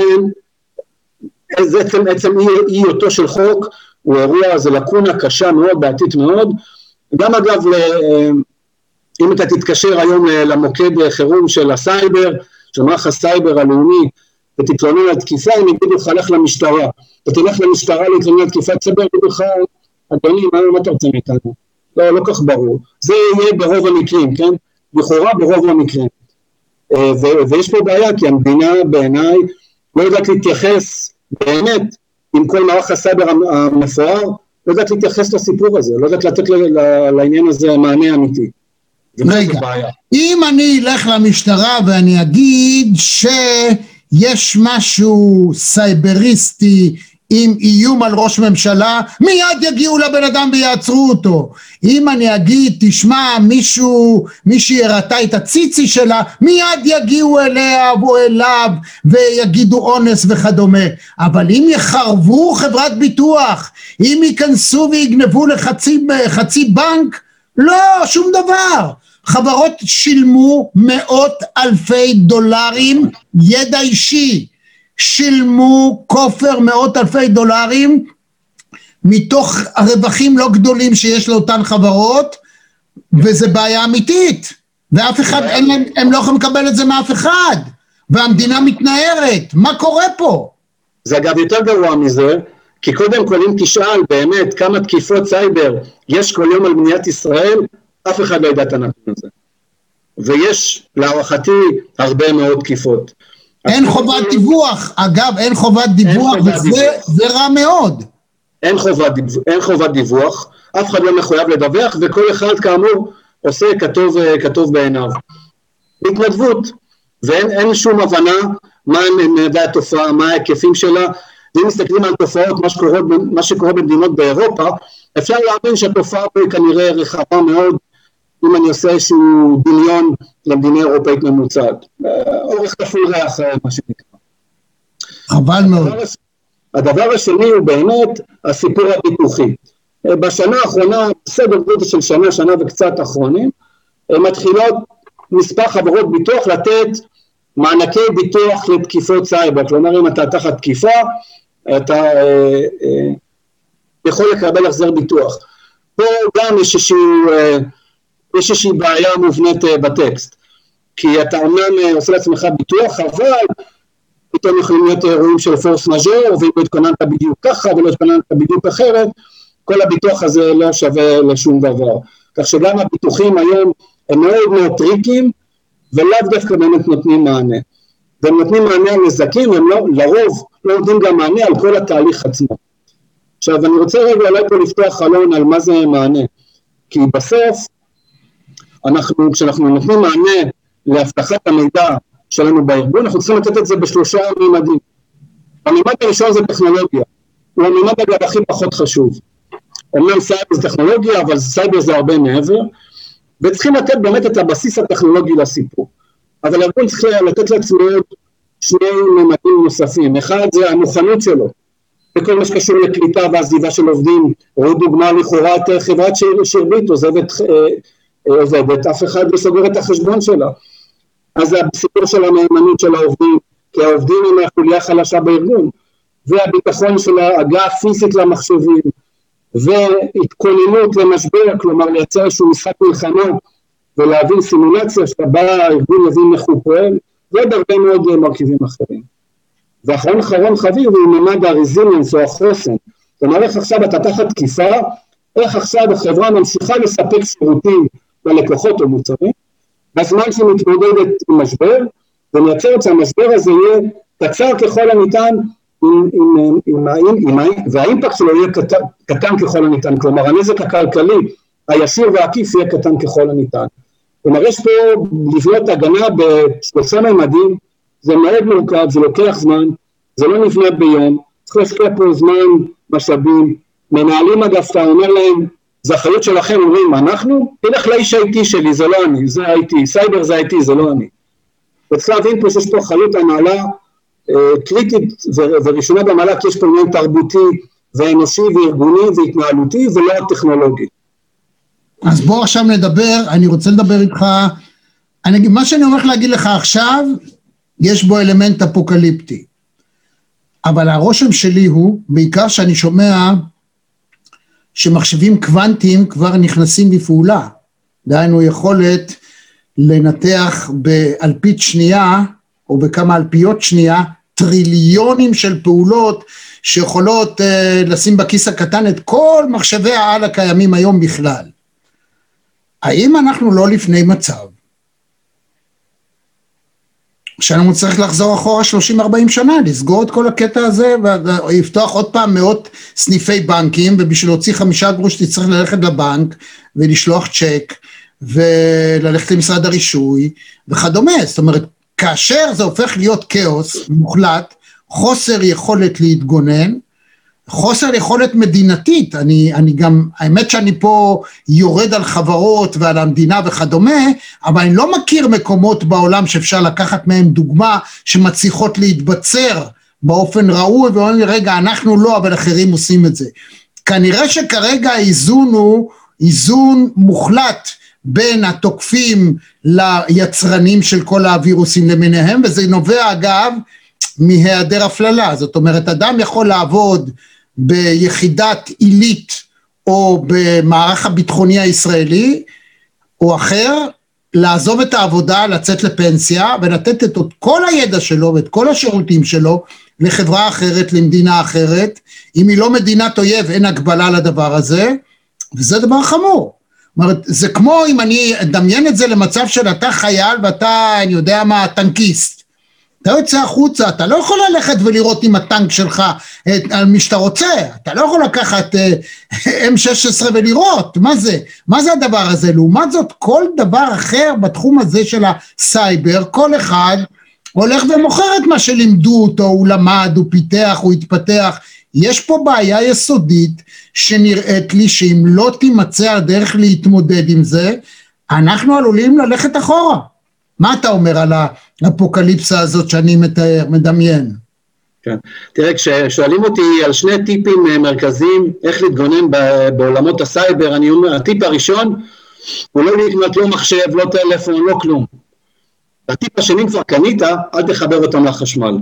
עצם אי אותו של חוק, הוא אירוע, זה לקונה קשה מאוד, בעתית מאוד, גם אגב, אם אתה תתקשר היום למוקד חירום של הסייבר, של מערך הסייבר הלאומי, ותתלונן על תקיפה, הם יגידו לך, לך למשטרה, ותלך למשטרה להתלונן על תקיפת סייבר, יגידו לך, אדוני, מה אתה רוצה מאיתנו? לא כך ברור. זה יהיה ברוב המקרים, כן? לכאורה ברוב המקרים. ויש פה בעיה, כי המדינה בעיניי לא יודעת להתייחס באמת עם כל מערך הסייבר המפואר, לא יודעת להתייחס לסיפור הזה, לא יודעת לתת לעניין הזה מענה אמיתי. רגע, אם אני אלך למשטרה ואני אגיד שיש משהו סייבריסטי עם איום על ראש ממשלה, מיד יגיעו לבן אדם ויעצרו אותו. אם אני אגיד, תשמע, מישהי הראתה את הציצי שלה, מיד יגיעו אליה או אליו ויגידו אונס וכדומה. אבל אם יחרבו חברת ביטוח, אם ייכנסו ויגנבו לחצי בנק, לא, שום דבר. חברות שילמו $100,000 ידע אישי, שילמו כופר $100,000 מתוך הרווחים לא גדולים שיש לאותן חברות, וזה בעיה אמיתית, ואף אחד, הם לא יכולים לקבל את זה מאף אחד, והמדינה מתנערת. מה קורה פה? זה אגב יותר גרוע מזה, כי קודם כל אם תשאל באמת כמה תקיפות סייבר יש כל יום על מדינת ישראל, אף אחד לא ידע את הנתון הזה. ויש להערכתי הרבה מאוד תקיפות. אין חובת דיווח, אגב, אין חובת דיווח, וזה רע מאוד. אין חובת דיווח, אף אחד לא מחויב לדווח, וכל אחד כאמור עושה כתוב בעיניו. בהתנדבות, ואין שום הבנה מה נדע התופעה, מה ההיקפים שלה, ואם מסתכלים על תופעות, מה שקורה במדינות באירופה, אפשר להבין שהתופעה פה היא כנראה רחבה מאוד, אם אני עושה איזשהו דמיון למדינה אירופאית ממוצעת. אורך כפול ריח, מה שנקרא. חבל מאוד. הדבר השני הוא באמת הסיפור הביטוחי. בשנה האחרונה, סדר גודל של שנה וקצת אחרונים, מתחילות מספר חברות ביטוח לתת מענקי ביטוח לתקיפות סייבר. כלומר, אם אתה תחת תקיפה, אתה יכול לקבל החזר ביטוח. פה גם יש איזושהי בעיה מובנית בטקסט, כי אתה אומנם עושה לעצמך ביטוח, אבל פתאום יכולים להיות אירועים של פורס מז'ור, ואם לא התכוננת בדיוק ככה ולא התכוננת בדיוק אחרת, כל הביטוח הזה לא שווה לשום דבר. כך שגם הביטוחים היום הם מאוד מאוד טריקים, ולאו דווקא באמת נותנים מענה. והם נותנים מענה על נזקים, הם לרוב לא נותנים גם מענה על כל התהליך עצמו. עכשיו אני רוצה רגע אולי פה לפתוח חלון על מה זה מענה, כי בסוף, כשאנחנו נותנים מענה להבטחת המידע שלנו בארגון, אנחנו צריכים לתת את זה בשלושה מימדים. המימד הראשון זה טכנולוגיה, הוא המימד אגב הכי פחות חשוב. אומנם סייבר זה טכנולוגיה, אבל סייבר זה הרבה מעבר, וצריכים לתת באמת את הבסיס הטכנולוגי לסיפור. אבל הארגון צריך לתת לעצמו שני מימדים נוספים. אחד זה המוכנות שלו, בכל מה שקשור לקליטה ועזיבה של עובדים, או דוגמה לכאורה את חברת שירביט, עובדת, אף אחד לא סוגר את החשבון שלה. אז זה הסיפור של המהימנות של העובדים, כי העובדים הם החוליה חלשה בארגון, והביטחון של ההגעה פיזית למחשבים, והתכוננות למשבר, כלומר לייצר איזשהו משחק מלחמה, ולהבין סימולציה שבה הארגון יבין איך הוא פועל, ועוד הרבה מאוד מרכיבים אחרים. ואחרון חביב הוא ממד הרזיליאנס או החוסן. זאת אומרת, עכשיו אתה תחת תקיפה, איך עכשיו החברה ממשיכה לספק שירותים ללקוחות או מוצרים, בזמן שמתמודדת עם משבר, ומייצרת שהמשבר הזה יהיה קצר ככל הניתן, והאימפקט שלו יהיה קטן ככל הניתן, כלומר הנזק הכלכלי, הישיר והעקיף יהיה קטן ככל הניתן. כלומר יש פה לבנות הגנה בשלושה ממדים, זה מאוד מורכב, זה לוקח זמן, זה לא נבנה ביום, צריך להשקיע פה זמן, משאבים, מנהלים אגב, אתה אומר להם, זה אחריות שלכם, אומרים, אנחנו, תלך לאיש IT שלי, זה לא אני, זה IT, סייבר זה IT, זה לא אני. וצריך להבין פה שיש פה אחריות הנהלה קריטית וראשונה במעלה, כי יש פה עניין תרבותי ואנושי וארגוני והתנהלותי ולא טכנולוגי. אז בוא עכשיו נדבר, אני רוצה לדבר איתך, מה שאני הולך להגיד לך עכשיו, יש בו אלמנט אפוקליפטי. אבל הרושם שלי הוא, בעיקר שאני שומע שמחשבים קוונטיים כבר נכנסים בפעולה, דהיינו יכולת לנתח באלפית שנייה, או בכמה אלפיות שנייה, טריליונים של פעולות שיכולות לשים בכיס הקטן את כל מחשבי העל הקיימים היום בכלל. האם אנחנו לא לפני מצב שאנחנו צריך לחזור אחורה 30-40 שנה, לסגור את כל הקטע הזה, ולפתוח עוד פעם מאות סניפי בנקים, ובשביל להוציא 5 גרוש תצטרך ללכת לבנק, ולשלוח צ'ק, וללכת למשרד הרישוי, וכדומה. זאת אומרת, כאשר זה הופך להיות כאוס מוחלט, חוסר יכולת להתגונן, חוסר יכולת מדינתית, אני גם, האמת שאני פה יורד על חברות ועל המדינה וכדומה, אבל אני לא מכיר מקומות בעולם שאפשר לקחת מהם דוגמה, שמצליחות להתבצר באופן ראוי, ואומרים לי, רגע, אנחנו לא, אבל אחרים עושים את זה. כנראה שכרגע האיזון הוא איזון מוחלט, בין התוקפים ליצרנים של כל הווירוסים למיניהם, וזה נובע אגב מהיעדר הפללה. זאת אומרת, אדם יכול לעבוד ביחידת עילית או במערך הביטחוני הישראלי או אחר, לעזוב את העבודה, לצאת לפנסיה ולתת את כל הידע שלו ואת כל השירותים שלו לחברה אחרת, למדינה אחרת. אם היא לא מדינת אויב, אין הגבלה לדבר הזה, וזה דבר חמור. זאת אומרת, זה כמו אם אני אדמיין את זה למצב של אתה חייל ואתה, אני יודע מה, טנקיסט. אתה יוצא החוצה, אתה לא יכול ללכת ולראות עם הטנק שלך על מי שאתה רוצה, אתה לא יכול לקחת M16 ולראות, מה זה? מה זה הדבר הזה? לעומת זאת, כל דבר אחר בתחום הזה של הסייבר, כל אחד הולך ומוכר את מה שלימדו אותו, הוא למד, הוא פיתח, הוא התפתח. יש פה בעיה יסודית שנראית לי שאם לא תימצא הדרך להתמודד עם זה, אנחנו עלולים ללכת אחורה. מה אתה אומר על האפוקליפסה הזאת שאני מתאר, מדמיין? כן, תראה, כששואלים אותי על שני טיפים מרכזיים, איך להתגונן בעולמות הסייבר, אני אומר, הטיפ הראשון, הוא לא לקנות לא מחשב, לא טלפון, לא כלום. הטיפ השני כבר קנית, אל תחבר אותם לחשמל.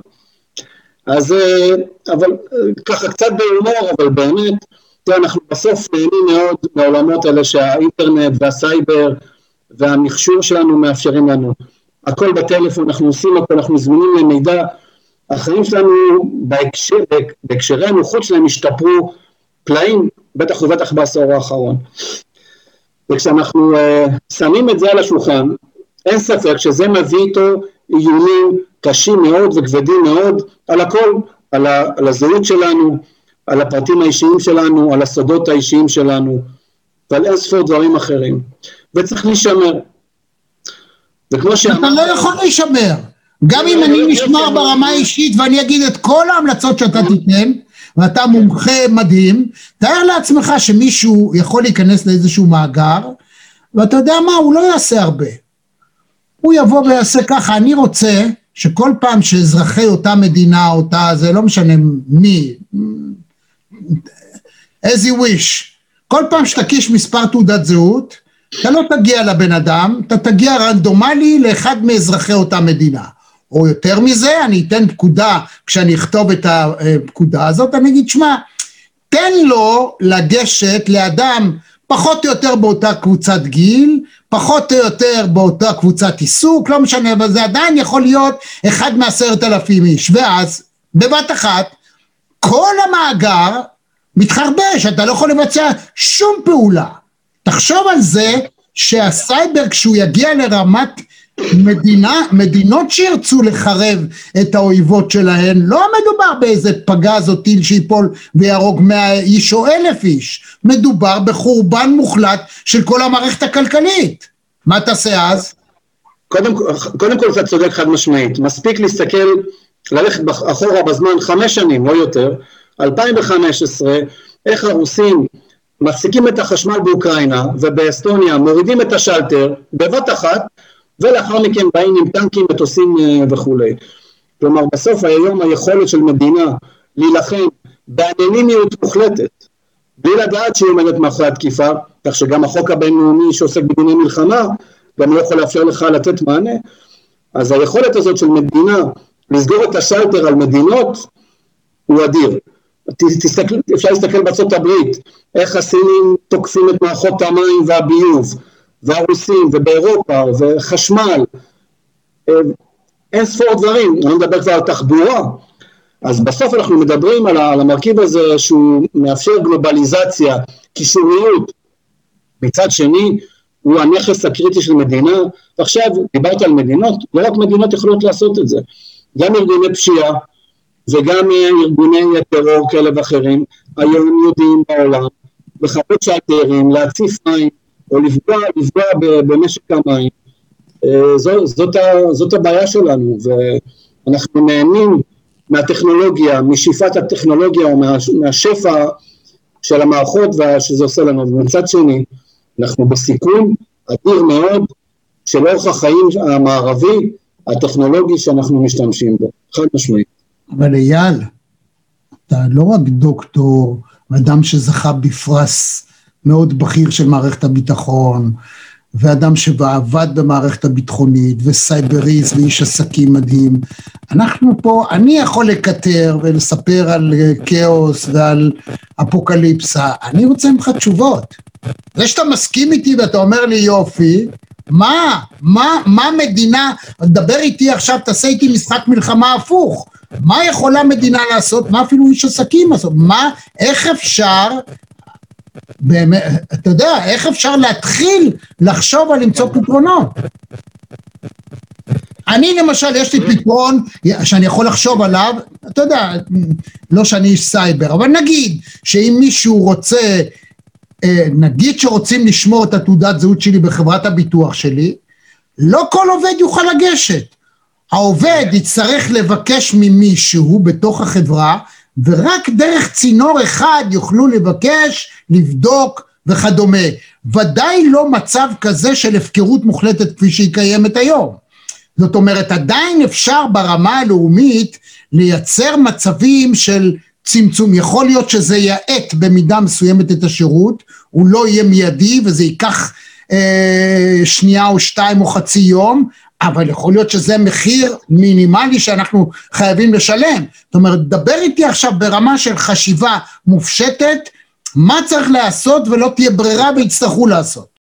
אז, אבל ככה קצת בהומור, אבל באמת, אנחנו בסוף נהנים מאוד בעולמות האלה שהאינטרנט והסייבר והמכשור שלנו מאפשרים לנו. הכל בטלפון, אנחנו עושים הכל, אנחנו זמינים למידע, החיים שלנו בהקשרי הנוחות שלהם השתפרו פלאים, בטח ובטח בעשור האחרון. וכשאנחנו שמים את זה על השולחן, אין ספק שזה מביא איתו איומים קשים מאוד וכבדים מאוד על הכל, על הזהות שלנו, על הפרטים האישיים שלנו, על הסודות האישיים שלנו, ועל אין ספור דברים אחרים. וצריך להישמר. וכמו אתה לא יכול להישמר. גם אם אני נשמר ברמה האישית, ואני אגיד את כל ההמלצות שאתה תיתן, ואתה מומחה מדהים, תאר לעצמך שמישהו יכול להיכנס לאיזשהו מאגר, ואתה יודע מה, הוא לא יעשה הרבה. הוא יבוא ויעשה ככה, אני רוצה שכל פעם שאזרחי אותה מדינה, אותה, זה לא משנה מי, as you wish, כל פעם שתקיש מספר תעודת זהות, אתה לא תגיע לבן אדם, אתה תגיע רנדומלי לאחד מאזרחי אותה מדינה. או יותר מזה, אני אתן פקודה, כשאני אכתוב את הפקודה הזאת, אני אגיד, שמה, תן לו לגשת לאדם פחות או יותר באותה קבוצת גיל, פחות או יותר באותה קבוצת עיסוק, לא משנה, אבל זה עדיין יכול להיות 1 מ10,000 איש, ואז בבת אחת, כל המאגר מתחרבש, אתה לא יכול לבצע שום פעולה. תחשוב על זה שהסייבר כשהוא יגיע לרמת מדינות שירצו לחרב את האויבות שלהן, לא מדובר באיזה פגז או טיל שיפול וירוג 100 איש או 1,000 איש, מדובר בחורבן מוחלט של כל המערכת הכלכלית. מה תעשה אז? קודם כל אתה צודק חד משמעית, מספיק להסתכל, ללכת אחורה בזמן 5 שנים, לא יותר, 2015, איך הרוסים מפסיקים את החשמל באוקראינה ובאסטוניה, מורידים את השלטר בבת אחת, ולאחר מכן באים עם טנקים, מטוסים וכו'. כלומר, בסוף היום היכולת של מדינה להילחם באנונימיות מוחלטת, בלי לדעת שהיא עומדת מאחורי התקיפה, כך שגם החוק הבינלאומי שעוסק בדיני מלחמה, גם לא יכול לאפשר לך לתת מענה, אז היכולת הזאת של מדינה לסגור את השלטר על מדינות, הוא אדיר. אפשר להסתכל בארצות הברית, איך הסינים תוקפים את מערכות המים והביוב, והרוסים, ובאירופה, וחשמל, אין ספור דברים, אני מדבר כבר על תחבורה, אז בסוף אנחנו מדברים על המרכיב הזה, שהוא מאפשר גלובליזציה, קישוריות, מצד שני, הוא הנכס הקריטי של מדינה, ועכשיו דיברת על מדינות, לא רק מדינות יכולות לעשות את זה, גם ארגוני פשיעה, וגם ארגוני טרור כאלה ואחרים, היום יודעים בעולם, בחפות שלטרים, להציף מים, או לפגוע במשק המים, זאת הבעיה שלנו, ואנחנו נהנים מהטכנולוגיה, משאיפת הטכנולוגיה, או מהשפע של המערכות, שזה עושה לנו, ומצד שני, אנחנו בסיכון אדיר מאוד, של אורח החיים המערבי, הטכנולוגי שאנחנו משתמשים בו, חד משמעית. אבל אייל, אתה לא רק דוקטור, אדם שזכה בפרס מאוד בכיר של מערכת הביטחון, ואדם שעבד במערכת הביטחונית, וסייבריסט ואיש עסקים מדהים. אנחנו פה, אני יכול לקטר ולספר על כאוס ועל אפוקליפסה, אני רוצה ממך תשובות. זה שאתה מסכים איתי ואתה אומר לי יופי, מה מדינה, דבר איתי עכשיו, תעשה איתי משחק מלחמה הפוך, מה יכולה מדינה לעשות, מה אפילו איש עסקים לעשות, איך אפשר, באמת, אתה יודע, איך אפשר להתחיל לחשוב על למצוא פתרונות? אני למשל, יש לי פתרון שאני יכול לחשוב עליו, אתה יודע, לא שאני איש סייבר, אבל נגיד שאם מישהו רוצה, נגיד שרוצים לשמור את התעודת זהות שלי בחברת הביטוח שלי, לא כל עובד יוכל לגשת. העובד יצטרך לבקש ממישהו בתוך החברה, ורק דרך צינור אחד יוכלו לבקש, לבדוק וכדומה. ודאי לא מצב כזה של הפקרות מוחלטת כפי שהיא קיימת היום. זאת אומרת, עדיין אפשר ברמה הלאומית לייצר מצבים של צמצום. יכול להיות שזה יעט במידה מסוימת את השירות, הוא לא יהיה מיידי וזה ייקח שנייה או 2 או חצי יום, אבל יכול להיות שזה מחיר מינימלי שאנחנו חייבים לשלם. זאת אומרת, דבר איתי עכשיו ברמה של חשיבה מופשטת, מה צריך לעשות ולא תהיה ברירה ויצטרכו לעשות.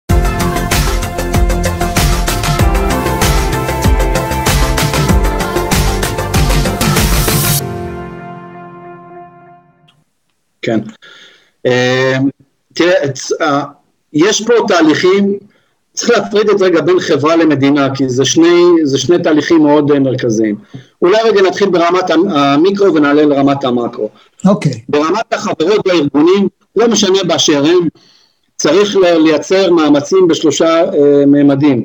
כן. תראה, יש פה תהליכים, צריך להפריד את רגע בין חברה למדינה, כי זה שני תהליכים מאוד מרכזיים. אולי רגע נתחיל ברמת המיקרו ונעלה לרמת המקרו. אוקיי. ברמת החברות והארגונים, לא משנה באשר הם, צריך לייצר מאמצים בשלושה ממדים.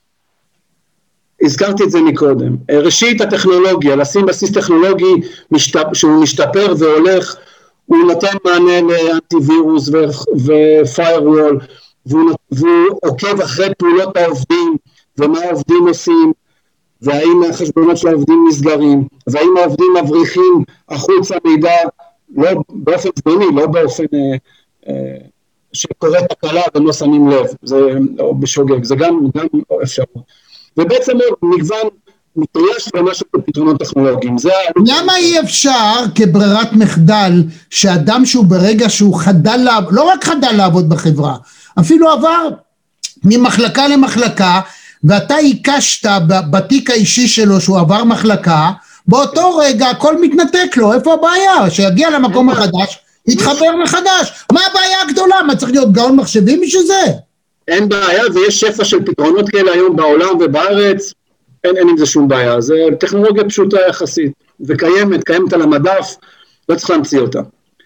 הזכרתי את זה מקודם. ראשית, הטכנולוגיה, לשים בסיס טכנולוגי שהוא משתפר והולך, הוא נותן מענה לאנטיווירוס ופיירוול, והוא עוקב אחרי פעולות העובדים, ומה העובדים עושים, והאם החשבונות של העובדים נסגרים, והאם העובדים מבריחים החוצה מידע, לא באופן זמני, לא באופן שקורה תקלה והם לא שמים לב, זה לא בשוגג, זה גם אפשרות. ובעצם מגוון מטריה של משהו בפתרונות טכנולוגיים. למה אי אפשר כברירת מחדל, שאדם שהוא ברגע שהוא חדל לעבוד, לא רק חדל לעבוד בחברה, אפילו עבר ממחלקה למחלקה, ואתה עיקשת בתיק האישי שלו שהוא עבר מחלקה, באותו רגע הכל מתנתק לו, איפה הבעיה? שיגיע למקום החדש, יתחבר מחדש. מה הבעיה הגדולה? מה צריך להיות גאון מחשבים בשביל זה? אין בעיה, ויש שפע של פתרונות כאלה היום בעולם ובארץ, אין עם זה שום בעיה, זה טכנולוגיה פשוטה יחסית, וקיימת על המדף, לא צריך להמציא אותה.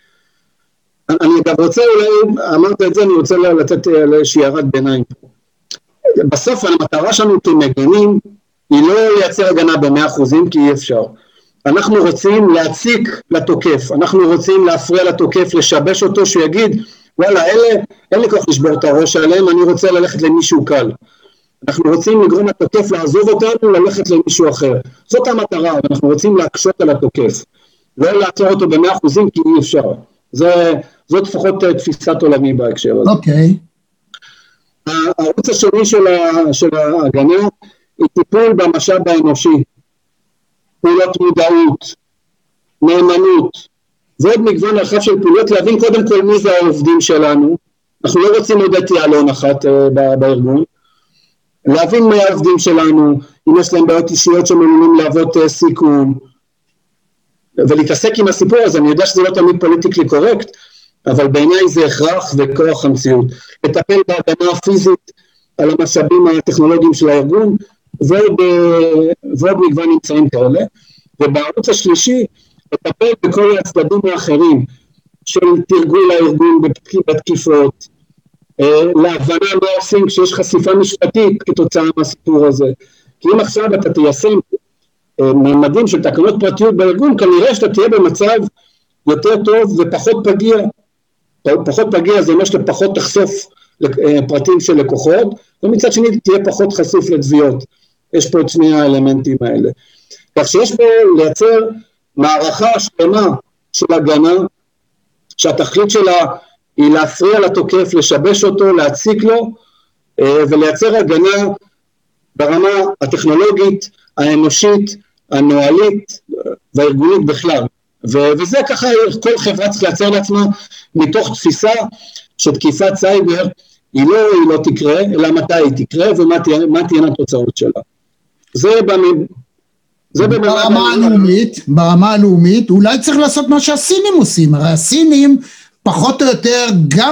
אני גם רוצה, אולי אמרת את זה, אני רוצה לתת איזושהי הערת ביניים פה. בסוף המטרה שלנו כמגנים, היא לא לייצר הגנה ב100%, כי אי אפשר. אנחנו רוצים להציק לתוקף, אנחנו רוצים להפריע לתוקף, לשבש אותו, שהוא יגיד, וואלה, אין לי כוח לשבור את הראש עליהם, אני רוצה ללכת למישהו קל. אנחנו רוצים לגרום לתוקף לעזוב אותנו, ללכת למישהו אחר. זאת המטרה, אנחנו רוצים להקשות על התוקף. לא לעצור אותו ב100%, כי אי אפשר. זאת לפחות תפיסת עולמי בהקשר הזה. אוקיי. הערוץ השני של ההגנה, היא טיפול במשאב האנושי. פעולות מודעות, נאמנות, ועוד מגוון רחב של פעולות, להבין קודם כל מי זה העובדים שלנו, אנחנו לא רוצים עוד את יעלון אחת בארגון, להבין מי העובדים שלנו, אם יש להם בעיות אישיות שמעוניינים להוות סיכון, ולהתעסק עם הסיפור הזה, אני יודע שזה לא תמיד פוליטיקלי קורקט, אבל בעיניי זה הכרח וכוח המציאות, לטפל בהגנה הפיזית על המשאבים הטכנולוגיים של הארגון, ועוד מגוון נמצאים כאלה, ובערוץ השלישי, לטפל בכל הצדדים האחרים, של תרגול הארגון בתקיפות, להבנה מה עושים כשיש חשיפה משפטית כתוצאה מהסיפור הזה, כי אם עכשיו אתה תיישם ממדים של תקנות פרטיות בארגון, כנראה שאתה תהיה במצב יותר טוב ופחות פגיע, פחות פגיע זה אומר שאתה פחות תחשוף פרטים של לקוחות, ומצד שני תהיה פחות חשוף לתביעות, יש פה את שני האלמנטים האלה, כך שיש פה לייצר מערכה שלמה של הגנה, שהתכלית שלה היא להפריע לתוקף, לשבש אותו, להציק לו, ולייצר הגנה ברמה הטכנולוגית, האנושית, הנועלית והארגונית בכלל. וזה ככה כל חברה צריך לייצר לעצמה מתוך תפיסה שתקיפת סייבר היא לא תקרה, אלא מתי היא תקרה ומה תהיינה התוצאות שלה. זה ברמה הלאומית, אולי צריך לעשות מה שהסינים עושים, הרי הסינים פחות או יותר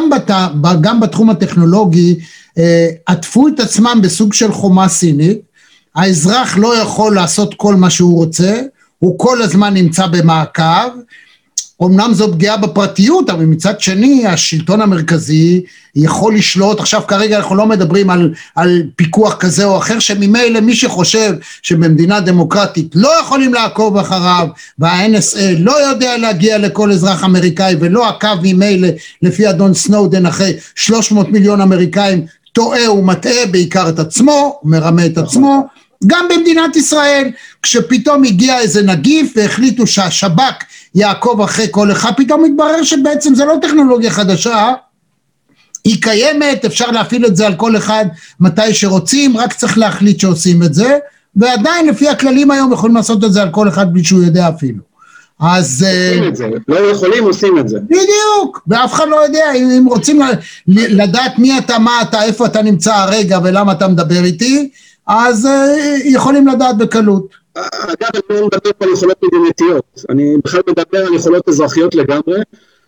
גם בתחום הטכנולוגי עטפו את עצמם בסוג של חומה סינית, האזרח לא יכול לעשות כל מה שהוא רוצה, הוא כל הזמן נמצא במעקב, אמנם זו פגיעה בפרטיות, אבל מצד שני השלטון המרכזי יכול לשלוט, עכשיו כרגע אנחנו לא מדברים על פיקוח כזה או אחר, שממילא מי שחושב שבמדינה דמוקרטית לא יכולים לעקוב אחריו, וה-NSA לא יודע להגיע לכל אזרח אמריקאי, ולא עקב ממילא לפי אדון סנודן אחרי 300 מיליון אמריקאים, טועה ומטעה בעיקר את עצמו, מרמה את עצמו, גם במדינת ישראל, כשפתאום הגיע איזה נגיף והחליטו שהשב"כ יעקוב אחרי כל אחד, פתאום מתברר שבעצם זה לא טכנולוגיה חדשה, היא קיימת, אפשר להפעיל את זה על כל אחד מתי שרוצים, רק צריך להחליט שעושים את זה, ועדיין לפי הכללים היום יכולים לעשות את זה על כל אחד בלי שהוא יודע אפילו. אז עושים את זה, לא יכולים, עושים את זה. בדיוק, ואף אחד לא יודע, אם רוצים לדעת מי אתה, מה אתה, איפה אתה נמצא הרגע ולמה אתה מדבר איתי, אז יכולים לדעת בקלות. אגב, אני לא מדבר פה על יכולות מדינתיות, אני בכלל מדבר על יכולות אזרחיות לגמרי,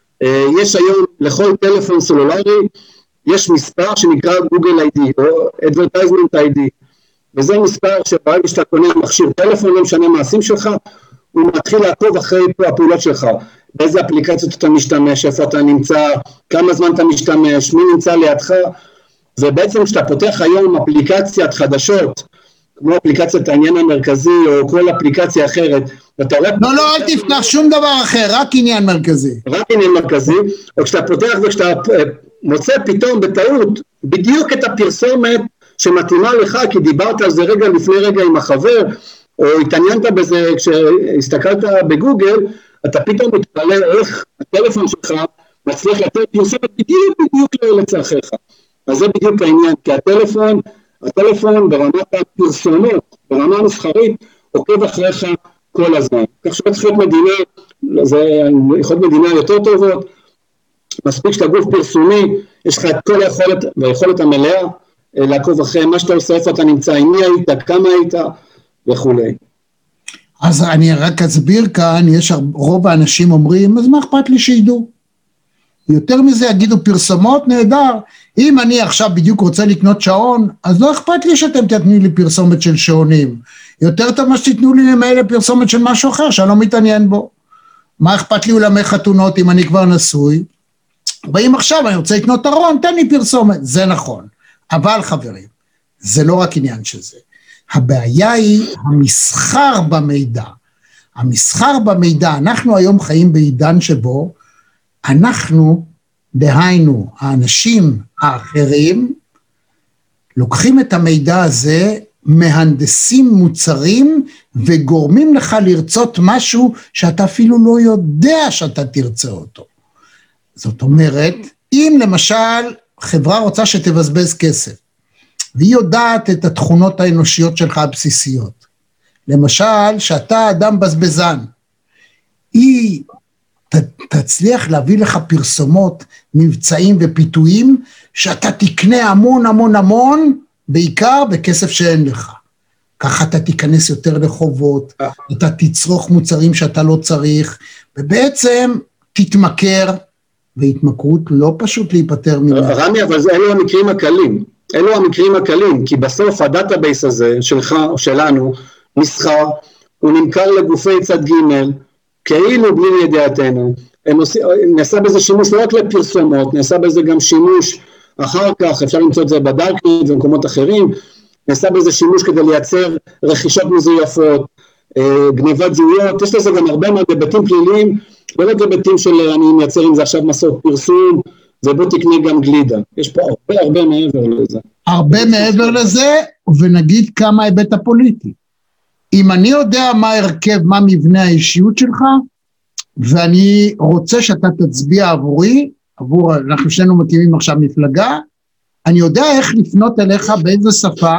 יש היום לכל טלפון סלולרי, יש מספר שנקרא Google ID, או Advertisement ID, וזה מספר שברגע שאתה קונה מכשיר טלפון, לא משנה מעשים שלך, הוא מתחיל לעקוב אחרי הפעולות שלך, באיזה אפליקציות אתה משתמש, איפה אתה נמצא, כמה זמן אתה משתמש, מי נמצא לידך, ובעצם כשאתה פותח היום אפליקציית חדשות, כמו אפליקציית העניין המרכזי, או כל אפליקציה אחרת, ואתה רואה... לא, אל תפתח שום דבר אחר, רק עניין מרכזי. רק עניין מרכזי, או כשאתה פותח וכשאתה מוצא פתאום בטעות, בדיוק את הפרסומת שמתאימה לך, כי דיברת על זה רגע לפני רגע עם החבר, או התעניינת בזה כשהסתכלת בגוגל, אתה פתאום מתפלא איך הטלפון שלך מצליח לתת פרסומת בדיוק לצרכיך. אז זה בדיוק העניין, כי הטלפון ברמת הפרסומות, ברמה המסחרית, עוקב אחריך כל הזמן. כך שלא צריך להיות מדינה, זה יכול להיות מדינה יותר טובות, מספיק שאתה גוף פרסומי, יש לך את כל היכולת, והיכולת המלאה, לעקוב אחרי מה שאתה עושה, איפה אתה נמצא, עם מי היית, כמה היית, וכו'. אז אני רק אסביר כאן, רוב האנשים אומרים, אז מה אכפת לי שידעו? יותר מזה יגידו פרסומות, נהדר, אם אני עכשיו בדיוק רוצה לקנות שעון, אז לא אכפת לי שאתם תתנו לי פרסומת של שעונים, יותר טוב מה שתתנו לי למעלה פרסומת של משהו אחר, שאני לא מתעניין בו, מה אכפת לי אולמי חתונות אם אני כבר נשוי, ואם עכשיו אני רוצה לקנות ארון, תן לי פרסומת, זה נכון, אבל חברים, זה לא רק עניין של זה, הבעיה היא המסחר במידע, המסחר במידע, אנחנו היום חיים בעידן שבו, אנחנו, דהיינו, האנשים האחרים, לוקחים את המידע הזה, מהנדסים מוצרים, וגורמים לך לרצות משהו, שאתה אפילו לא יודע שאתה תרצה אותו. זאת אומרת, אם למשל, חברה רוצה שתבזבז כסף, והיא יודעת את התכונות האנושיות שלך הבסיסיות, למשל, שאתה אדם בזבזן, היא תצליח להביא לך פרסומות, מבצעים ופיתויים, שאתה תקנה המון המון המון, בעיקר בכסף שאין לך. ככה אתה תיכנס יותר לחובות, אתה תצרוך מוצרים שאתה לא צריך, ובעצם תתמכר, והתמכרות לא פשוט להיפטר ממנו. רמי, אבל אלו המקרים הקלים, אלו המקרים הקלים, כי בסוף הדאטאבייס הזה, שלך או שלנו, מסחר, הוא נמכר לגופי צד ג' כאילו בלי ידיעתנו, נעשה בזה שימוש לא רק לפרסומות, נעשה בזה גם שימוש אחר כך, אפשר למצוא את זה בדארקנט ומקומות אחרים, נעשה בזה שימוש כדי לייצר רכישות מזויפות, גניבת זהויות, יש לזה גם הרבה מאוד היבטים פליליים, לא רק היבטים של אני מייצר עם זה עכשיו מסעות פרסום, ובוא תקנה גם גלידה, יש פה הרבה מעבר לזה. הרבה מעבר לזה, ונגיד כמה היבט הפוליטי. אם אני יודע מה הרכב, מה מבנה האישיות שלך, ואני רוצה שאתה תצביע עבורי, אנחנו שנינו מקימים עכשיו מפלגה, אני יודע איך לפנות אליך באיזה שפה,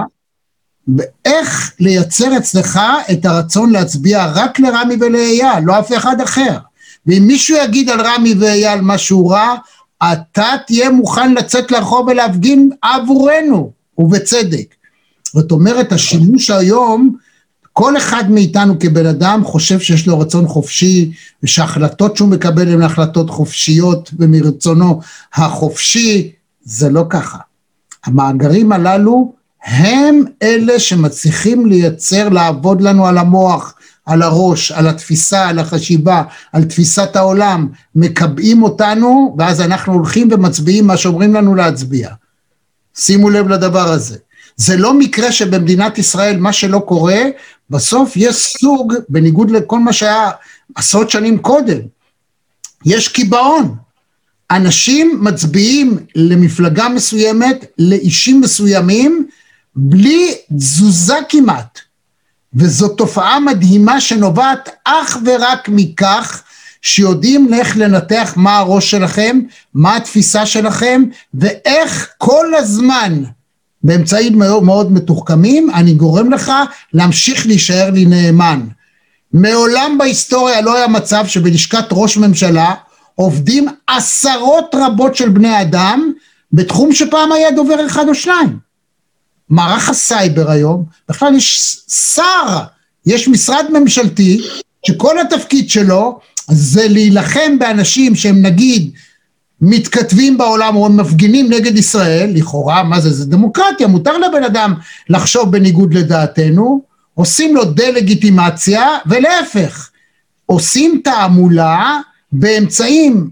ואיך לייצר אצלך את הרצון להצביע רק לרמי ולאייל, לא אף אחד אחר. ואם מישהו יגיד על רמי ואייל משהו רע, אתה תהיה מוכן לצאת לרחוב ולהפגין עבורנו, ובצדק. זאת אומרת, השימוש היום, כל אחד מאיתנו כבן אדם חושב שיש לו רצון חופשי, ושההחלטות שהוא מקבל הן החלטות חופשיות, ומרצונו החופשי, זה לא ככה. המאגרים הללו, הם אלה שמצליחים לייצר, לעבוד לנו על המוח, על הראש, על התפיסה, על החשיבה, על תפיסת העולם, מקבעים אותנו, ואז אנחנו הולכים ומצביעים מה שאומרים לנו להצביע. שימו לב לדבר הזה. זה לא מקרה שבמדינת ישראל מה שלא קורה, בסוף יש סוג, בניגוד לכל מה שהיה עשרות שנים קודם, יש קיבעון. אנשים מצביעים למפלגה מסוימת, לאישים מסוימים, בלי תזוזה כמעט. וזו תופעה מדהימה שנובעת אך ורק מכך, שיודעים איך לנתח מה הראש שלכם, מה התפיסה שלכם, ואיך כל הזמן, באמצעים מאוד מתוחכמים, אני גורם לך להמשיך להישאר לי נאמן. מעולם בהיסטוריה לא היה מצב שבלשכת ראש ממשלה, עובדים עשרות רבות של בני אדם, בתחום שפעם היה דובר אחד או שניים. מערך הסייבר היום, בכלל יש שר, יש משרד ממשלתי, שכל התפקיד שלו, זה להילחם באנשים שהם נגיד, מתכתבים בעולם או מפגינים נגד ישראל, לכאורה, מה זה? זה דמוקרטיה, מותר לבן אדם לחשוב בניגוד לדעתנו, עושים לו דה-לגיטימציה, ולהפך, עושים תעמולה באמצעים,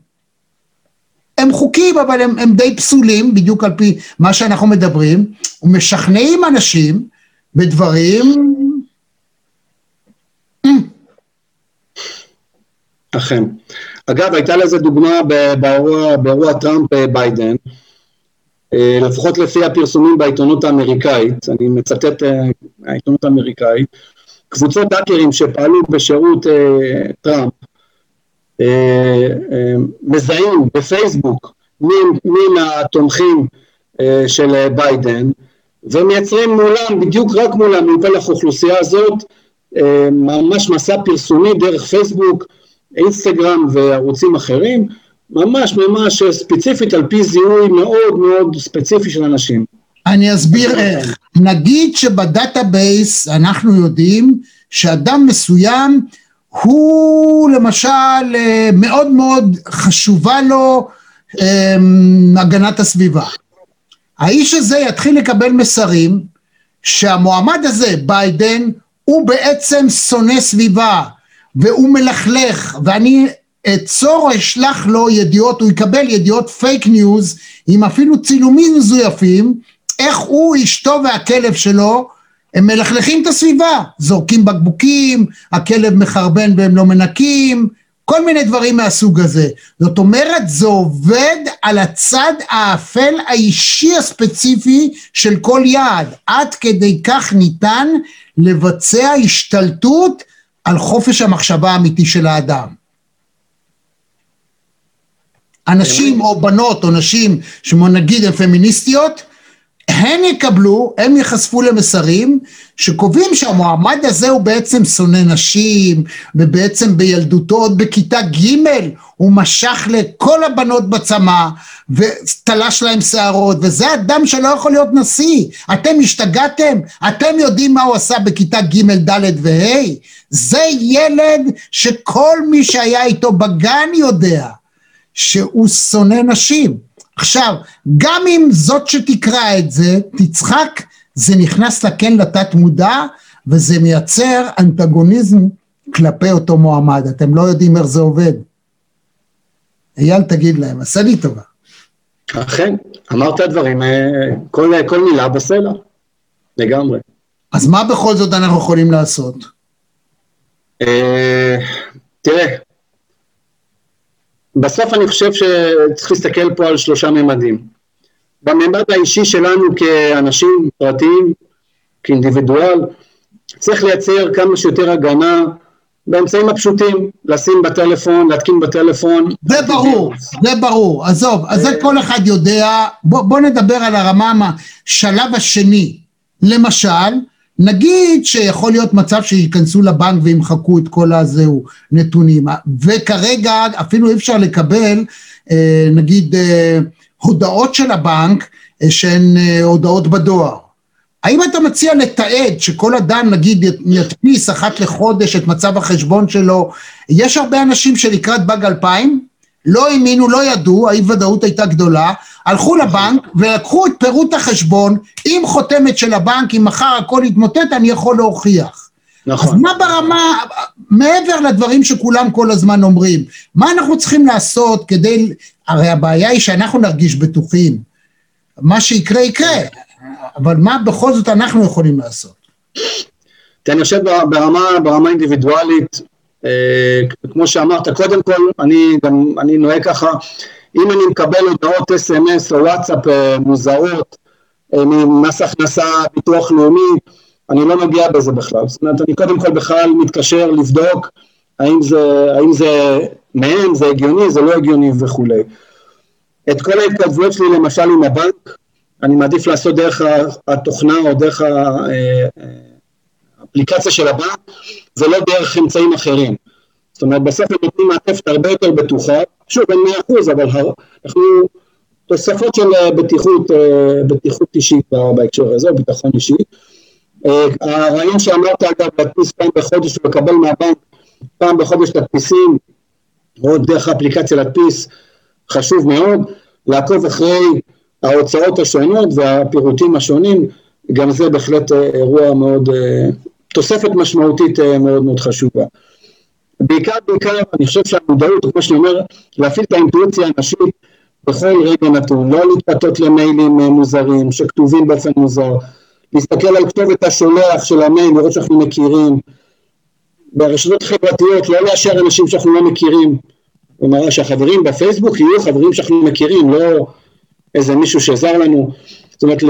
הם חוקים, אבל הם די פסולים, בדיוק על פי מה שאנחנו מדברים, ומשכנעים אנשים בדברים, אכן. אגב, הייתה לזה דוגמה באירוע טראמפ ביידן, לפחות לפי הפרסומים בעיתונות האמריקאית, אני מצטט העיתונות האמריקאית, קבוצות האקרים שפעלו בשירות טראמפ, מזהים בפייסבוק מי מהתומכים של ביידן, ומייצרים מולם, בדיוק רק מולם, מפלח האוכלוסייה הזאת, ממש מסע פרסומי דרך פייסבוק, אינסטגרם וערוצים אחרים, ממש ספציפית על פי זיהוי מאוד מאוד ספציפי של אנשים. אני אסביר איך. נגיד שבדאטאבייס אנחנו יודעים שאדם מסוים הוא למשל מאוד מאוד חשובה לו הגנת הסביבה. האיש הזה יתחיל לקבל מסרים שהמועמד הזה, ביידן, הוא בעצם שונא סביבה, והוא מלכלך, ואני אצור או אשלח לו ידיעות, הוא יקבל ידיעות פייק ניוז, עם אפילו צילומים מזויפים, איך הוא, אשתו והכלב שלו, הם מלכלכים את הסביבה, זורקים בקבוקים, הכלב מחרבן והם לא מנקים, כל מיני דברים מהסוג הזה. זאת אומרת, זה עובד על הצד האפל האישי הספציפי של כל יעד, עד כדי כך ניתן לבצע השתלטות על חופש המחשבה האמיתי של האדם. אנשים או בנות או נשים שנגיד הן פמיניסטיות, הן יקבלו, הם יחשפו למסרים שקובעים שהמועמד הזה הוא בעצם שונא נשים, ובעצם בילדותו עוד בכיתה ג' הוא משך לכל הבנות בצמא ותלש להם שערות, וזה אדם שלא יכול להיות נשיא. אתם השתגעתם? אתם יודעים מה הוא עשה בכיתה ג' ד' וה'? זה ילד שכל מי שהיה איתו בגן יודע שהוא שונא נשים. עכשיו, גם אם זאת שתקרא את זה, תצחק, זה נכנס לכן לתת מודע, וזה מייצר אנטגוניזם כלפי אותו מועמד. אתם לא יודעים איך זה עובד. אייל, תגיד להם, עשה לי טובה. אכן, אמרת דברים, כל מילה בסלע, לגמרי. אז מה בכל זאת אנחנו יכולים לעשות? תראה, בסוף אני חושב שצריך להסתכל פה על 3 ממדים. בממד האישי שלנו כאנשים פרטיים, כאינדיבידואל, צריך לייצר כמה שיותר הגנה באמצעים הפשוטים, לשים בטלפון, להתקין בטלפון. זה ברור, עזוב, אז זה כל אחד יודע. בוא נדבר על הרמה, השלב השני. למשל, נגיד שיכול להיות מצב שיכנסו לבנק וימחקו את כל הזהו נתונים, וכרגע אפילו אפשר לקבל, נגיד, הודעות של הבנק, שהן הודעות בדואר. האם אתה מציע לתעד שכל אדם, נגיד, ידפיס אחת לחודש את מצב החשבון שלו? יש הרבה אנשים שלקראת באג 2000, לא האמינו, לא ידעו, האי ודאות הייתה גדולה, הלכו לבנק ולקחו את פירוט החשבון, עם חותמת של הבנק, אם מחר הכל יתמוטט, אני יכול להוכיח. נכון. אז מה ברמה, מעבר לדברים שכולם כל הזמן אומרים, מה אנחנו צריכים לעשות כדי, הרי הבעיה היא שאנחנו נרגיש בטוחים, מה שיקרה יקרה, אבל מה בכל זאת אנחנו יכולים לעשות? אני חושב ברמה אינדיבידואלית, כמו שאמרת, קודם כל, אני נוהג ככה, אם אני מקבל הודעות SMS או וואטסאפ מוזרות, ממס הכנסה, ביטוח לאומי, אני לא מגיע בזה בכלל. זאת אומרת, אני קודם כל בכלל מתקשר לבדוק, האם זה מהם, זה הגיוני, זה לא הגיוני וכו'. את כל ההתכתבויות שלי, למשל עם הבנק, אני מעדיף לעשות דרך התוכנה או דרך האפליקציה של הבנק, ולא דרך אמצעים אחרים. זאת אומרת, בסוף הם נותנים מעטפת הרבה יותר בטוחה, שוב, אין 100%, אבל אנחנו תוספות של בטיחות אישית בהקשר הזה, ביטחון אישי. הרעיון שאמרת, אגב, להדפיס פעם בחודש ולקבל מהבנק, פעם בחודש תדפיסים, או דרך האפליקציה להדפיס, חשוב מאוד, לעקוב אחרי ההוצאות השונות והפירוטים השונים, גם זה בהחלט אירוע מאוד, תוספת משמעותית מאוד מאוד חשובה. בעיקר, אני חושב שהמודעות, כמו שאני אומר, להפעיל את האינטואיציה הנשית בכל רגע נתון, לא להתפתות למיילים מוזרים, שכתובים באופן מוזר, להסתכל על כתובת השולח של המייל, לראות שאנחנו מכירים, ברשתות חברתיות, לא לאשר אנשים שאנחנו לא מכירים, כלומר שהחברים בפייסבוק יהיו חברים שאנחנו מכירים, לא איזה מישהו שעזר לנו, זאת אומרת,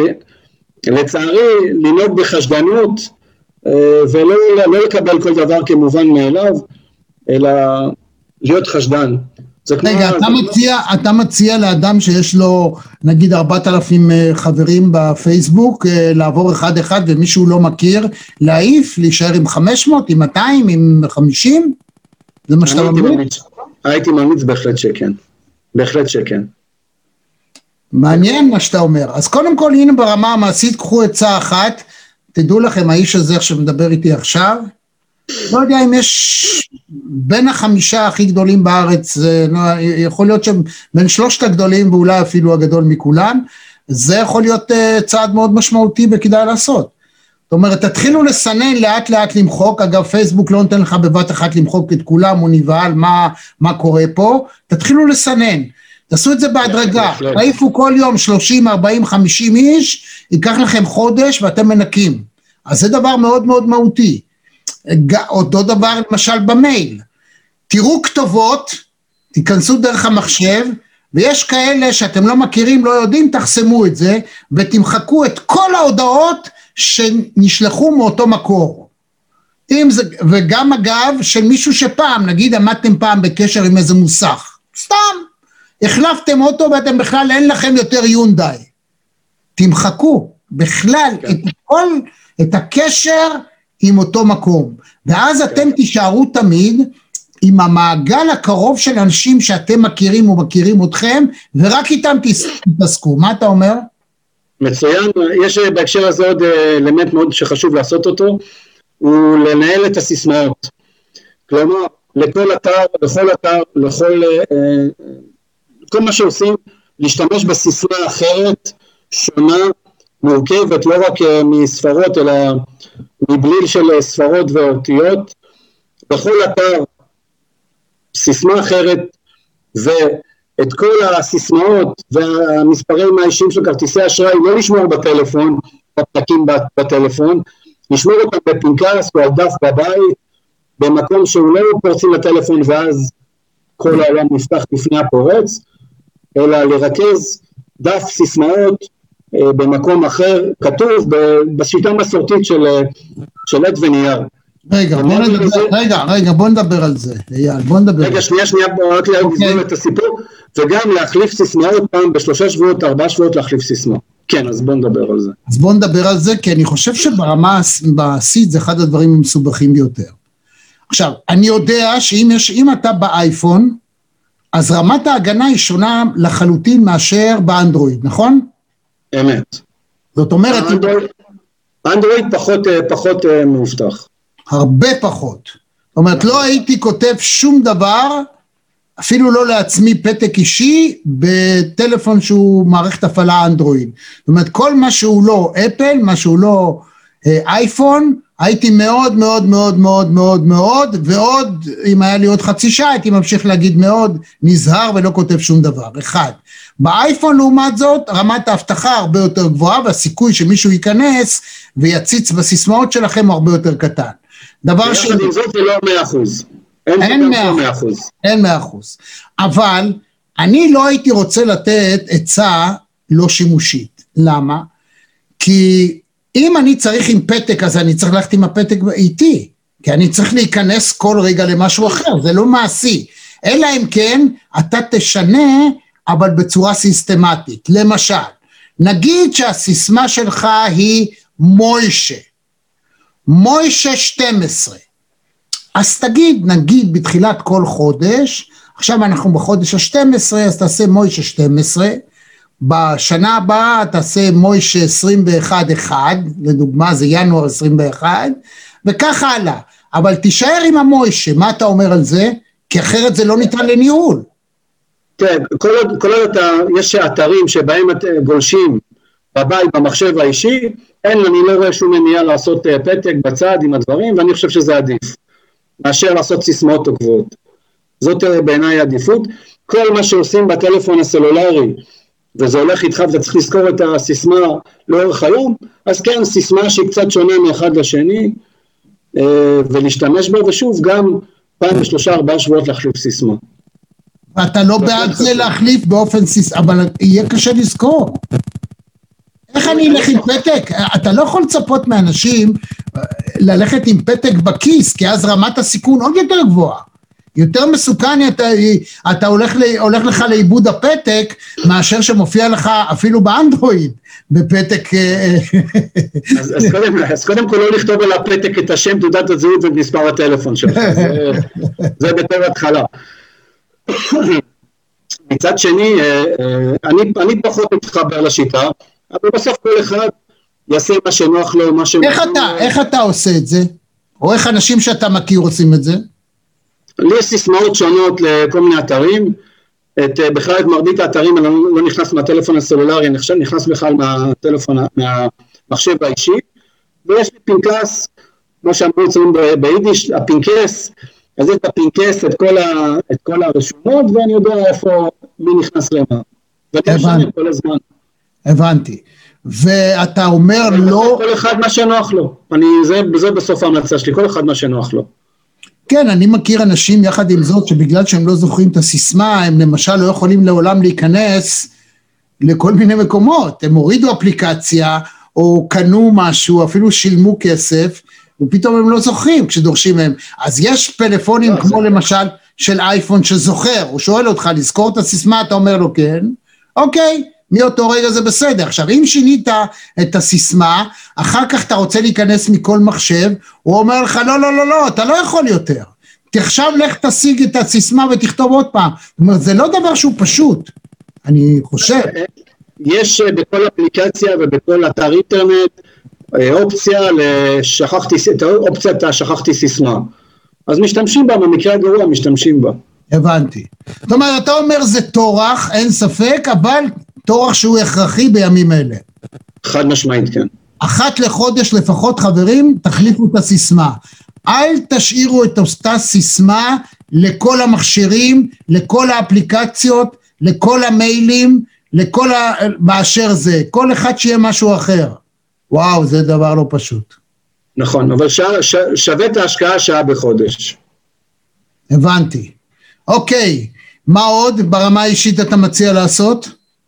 לצערי, לנהוג בחשדנות, ולא לקבל כל דבר כמובן מאליו, אלא להיות חשדן. רגע, אתה מציע לאדם שיש לו נגיד 4,000 חברים בפייסבוק, לעבור אחד ומישהו לא מכיר, להעיף, להישאר עם 500, עם 200, עם 50? זה מה שאתה ממליץ? הייתי ממליץ בהחלט שכן. בהחלט שכן. מעניין מה שאתה אומר. אז קודם כל, הנה ברמה המעשית, קחו עצה אחת, תדעו לכם, האיש הזה שמדבר איתי עכשיו, לא יודע אם יש בין 5 הכי גדולים בארץ, יכול להיות שבין 3 הגדולים, ואולי אפילו הגדול מכולם, זה יכול להיות צעד מאוד משמעותי וכדאי לעשות. זאת אומרת, תתחילו לסנן לאט לאט למחוק, אגב פייסבוק לא נותן לך בבת אחת למחוק את כולם, הוא נבהל מה קורה פה, תתחילו לסנן, תעשו את זה בהדרגה, תעיפו כל יום 30, 40, 50 איש, ייקח לכם חודש ואתם מנקים, אז זה דבר מאוד מאוד מהותי. אותו דבר למשל במייל, תראו כתובות, תיכנסו דרך המחשב, ויש כאלה שאתם לא מכירים, לא יודעים, תחסמו את זה, ותמחקו את כל ההודעות שנשלחו מאותו מקור. וגם אגב, של מישהו שפעם, נגיד עמדתם פעם בקשר עם איזה מוסך, סתם, החלפתם אותו ואתם בכלל אין לכם יותר יונדאי. תמחקו בכלל את הקשר עם אותו מקום, ואז אתם תישארו תמיד עם המעגל הקרוב של אנשים שאתם מכירים ומכירים אתכם, ורק איתם תתעסקו. מה אתה אומר? מצוין, יש בהקשר הזה עוד אלמנט מאוד שחשוב לעשות אותו, הוא לנהל את הסיסמאות. כלומר, לכל אתר, כל מה שעושים, להשתמש בסיסמה אחרת, שונה, מורכבת, לא רק מספרות, אלא מבליל של ספרות ואותיות, בכל אתר, סיסמה אחרת, ואת כל הסיסמאות והמספרים האישיים של כרטיסי אשראי, לא לשמור בטלפון, בפתקים בטלפון, לשמור אותם בפנקס או על דף בבית, במקום שהוא לא פורצים לטלפון ואז כל העולם נפתח בפני הפורץ, אלא לרכז דף סיסמאות במקום אחר, כתוב בשיטה מסורתית של עט ונייר. רגע, בוא נדבר על זה, אייל, בוא נדבר. רגע, שנייה, רק להגזים את הסיפור, וגם להחליף סיסמאות פעם ב3 שבועות, 4 שבועות להחליף סיסמה. כן, אז בוא נדבר על זה. אז בוא נדבר על זה, כי אני חושב שברמה המעשית זה אחד הדברים המסובכים ביותר. עכשיו, אני יודע שאם אתה באייפון, אז רמת ההגנה היא שונה לחלוטין מאשר באנדרואיד, נכון? אמת. זאת אומרת... אנדרואיד פחות מאובטח. הרבה פחות. זאת אומרת, לא הייתי כותב שום דבר, אפילו לא לעצמי פתק אישי, בטלפון שהוא מערכת הפעלה אנדרואיד. זאת אומרת, כל מה שהוא לא אפל, מה שהוא לא אייפון, הייתי מאוד מאוד מאוד מאוד מאוד מאוד, ועוד, אם היה לי עוד חצי שעה, הייתי ממשיך להגיד מאוד, נזהר ולא כותב שום דבר. אחד. באייפון לעומת זאת, רמת ההבטחה הרבה יותר גבוהה, והסיכוי שמישהו ייכנס ויציץ בסיסמאות שלכם הרבה יותר קטן. דבר שני... עם זאת זה לא 100%. אין 100%. אבל אני לא הייתי רוצה לתת עצה לא שימושית. למה? כי אם אני צריך עם פתק, אז אני צריך ללכת עם הפתק איתי, כי אני צריך להיכנס כל רגע למשהו אחר, זה לא מעשי. אלא אם כן, אתה תשנה, אבל בצורה סיסטמטית. למשל, נגיד שהסיסמה שלך היא מוישה 12, אז נגיד בתחילת כל חודש, עכשיו אנחנו בחודש ה-12, אז תעשה מוישה 12, בשנה הבאה תעשה מוישה 21-1, לדוגמה זה ינואר 21, וכך הלאה, אבל תישאר עם המוישה, מה אתה אומר על זה? כי אחרת זה לא ניתן לניהול. כן, כל עוד יש אתרים שבהם גולשים בבית, במחשב האישי, אני לא רואה שום מניעה לעשות פתק בצד עם הדברים, ואני חושב שזה עדיף, מאשר לעשות סיסמאות עוקבות. זאת בעיניי עדיפות. כל מה שעושים בטלפון הסלולרי, וזה הולך איתך ואתה צריך לזכור את הסיסמה לאורך היום, אז כן, סיסמה שהיא קצת שונה מאחד לשני, ולהשתמש בה, ושוב, גם פעם ב3-4 שבועות להחליף סיסמה. אתה לא בעד זה להחליף באופן סיסמה, אבל יהיה קשה לזכור. איך אני אלך עם פתק? אתה לא יכול לצפות מאנשים ללכת עם פתק בכיס, כי אז רמת הסיכון עוד יותר גבוהה. יותר מסוכן אתה הולך לך לאיבוד הפתק, מאשר שמופיע לך אפילו באנדרואיד, בפתק... אז קודם כל לא לכתוב על הפתק את השם, תעודת הזהות ומספר הטלפון שלך, זה בתור התחלה. מצד שני, אני פחות מתחבר לשיטה, אבל בסוף כל אחד יעשה מה שנוח לו, איך אתה עושה את זה? או איך אנשים שאתה מכיר עושים את זה? לי יש סיסמאות שונות לכל מיני אתרים, בכלל את מרבית האתרים אני לא נכנס מהטלפון הסלולרי, נכנס בכלל מהמחשב האישי, ויש לי פנקס, כמו שאמרו אצלנו ביידיש, הפנקס, אז יש בפנקס את כל הרשומות, ואני יודע איפה, מי נכנס למה. ואני משנה כל הזמן. הבנתי. ואתה אומר לא... כל אחד מה שנוח לו. זה בסוף ההמלצה שלי, כל אחד מה שנוח לו. כן, אני מכיר אנשים יחד עם זאת, שבגלל שהם לא זוכרים את הסיסמה, הם למשל לא יכולים לעולם להיכנס לכל מיני מקומות. הם הורידו אפליקציה, או קנו משהו, אפילו שילמו כסף, ופתאום הם לא זוכרים כשדורשים מהם. אז יש פלאפונים כמו למשל של אייפון שזוכר, הוא שואל אותך לזכור את הסיסמה, אתה אומר לו כן, אוקיי, מאותו רגע זה בסדר. עכשיו, אם שינית את הסיסמה, אחר כך אתה רוצה להיכנס מכל מחשב, הוא אומר לך, לא, אתה לא יכול יותר. עכשיו לך תשיג את הסיסמה ותכתוב עוד פעם. זאת אומרת, זה לא דבר שהוא פשוט, אני חושב. יש בכל אפליקציה ובכל אתר אינטרנט, אופציה שכחתי סיסמה. אז משתמשים בה, במקרה הגרוע משתמשים בה. הבנתי. זאת אומרת, אתה אומר זה תורח, אין ספק, אבל תורח שהוא הכרחי בימים אלה. חד משמעית, כן. אחת לחודש לפחות, חברים, תחליפו את הסיסמה. אל תשאירו את אותה סיסמה לכל המכשירים, לכל האפליקציות, לכל המיילים, לכל באשר זה. כל אחד שיהיה משהו אחר. וואו, זה דבר לא פשוט. נכון, אבל שווה את ההשקעה שעה בחודש. הבנתי. אוקיי, מה עוד ברמה האישית אתה מציע לעשות?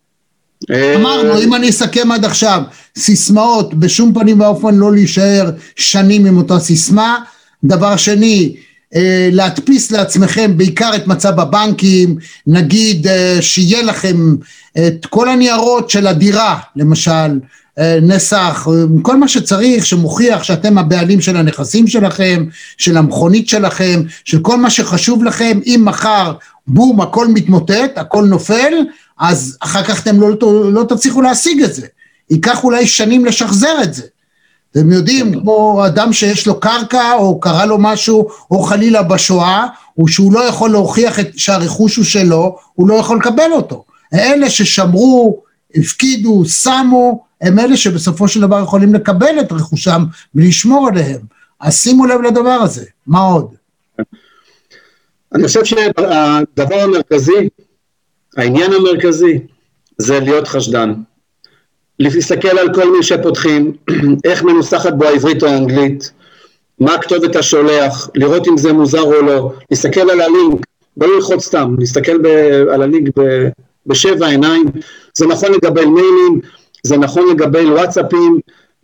אמרנו, אם אני אסכם עד עכשיו, סיסמאות, בשום פנים ואופן לא להישאר שנים עם אותה סיסמה. דבר שני, להדפיס לעצמכם בעיקר את מצב הבנקים, נגיד שיהיה לכם את כל הניירות של הדירה, למשל, נסח, כל מה שצריך שמוכיח שאתם הבעלים של הנכסים שלכם, של המכונית שלכם, של כל מה שחשוב לכם. אם מחר בום הכל מתמוטט, הכל נופל, אז אחר כך אתם לא תצליחו להשיג את זה, ייקח אולי שנים לשחזר את זה. אתם יודעים, כמו אדם שיש לו קרקע או קרה לו משהו או חלילה בשואה, או שהוא לא יכול להוכיח שהרכוש הוא שלו, הוא לא יכול לקבל אותו. אלה ששמרו, הפקידו, שמו, הם אלה שבסופו של דבר יכולים לקבל את רכושם ולשמור עליהם. אז שימו לב לדבר הזה. מה עוד? אני חושב שהדבר המרכזי, העניין המרכזי, זה להיות חשדן. להסתכל על כל מי שפותחים, איך מנוסחת בו העברית או האנגלית, מה הכתובת השולח, לראות אם זה מוזר או לא, להסתכל על הלינק, לא ללחוץ סתם, להסתכל על הלינק בשבע עיניים. זה נכון לגבי מיילים, זה נכון לגבי וואטסאפים,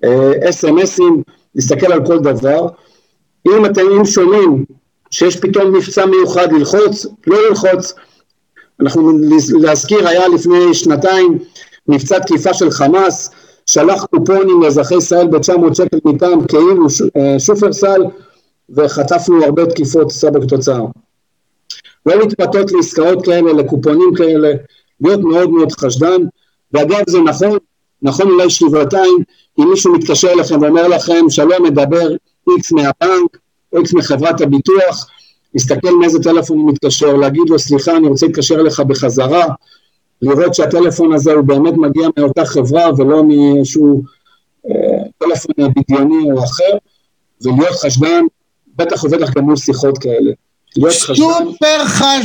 SMSים, להסתכל על כל דבר. אם אתם שומעים שיש פתאום מבצע מיוחד ללחוץ, לא ללחוץ. אנחנו להזכיר, היה לפני שנתיים מבצע תקיפה של חמאס, שלח קופונים לאזרחי ישראל ב-900 שקל מטעם כאילו שופרסל, וחטפנו הרבה תקיפות סבא כתוצאה. לא להתפתות לעסקאות כאלה, לקופונים כאלה, להיות מאוד מאוד חשדן. ואגב זה נכון אולי שבעתיים, אם מישהו מתקשר אליכם ואומר לכם שלום, מדבר X מהבנק או X מחברת הביטוח, להסתכל מאיזה טלפון הוא מתקשר, להגיד לו סליחה אני רוצה להתקשר אליך בחזרה, לראות שהטלפון הזה הוא באמת מגיע מאותה חברה ולא מאיזשהו טלפון בדיוני או אחר, ולהיות חשדן, בטח ובטח גם מול שיחות כאלה. סופר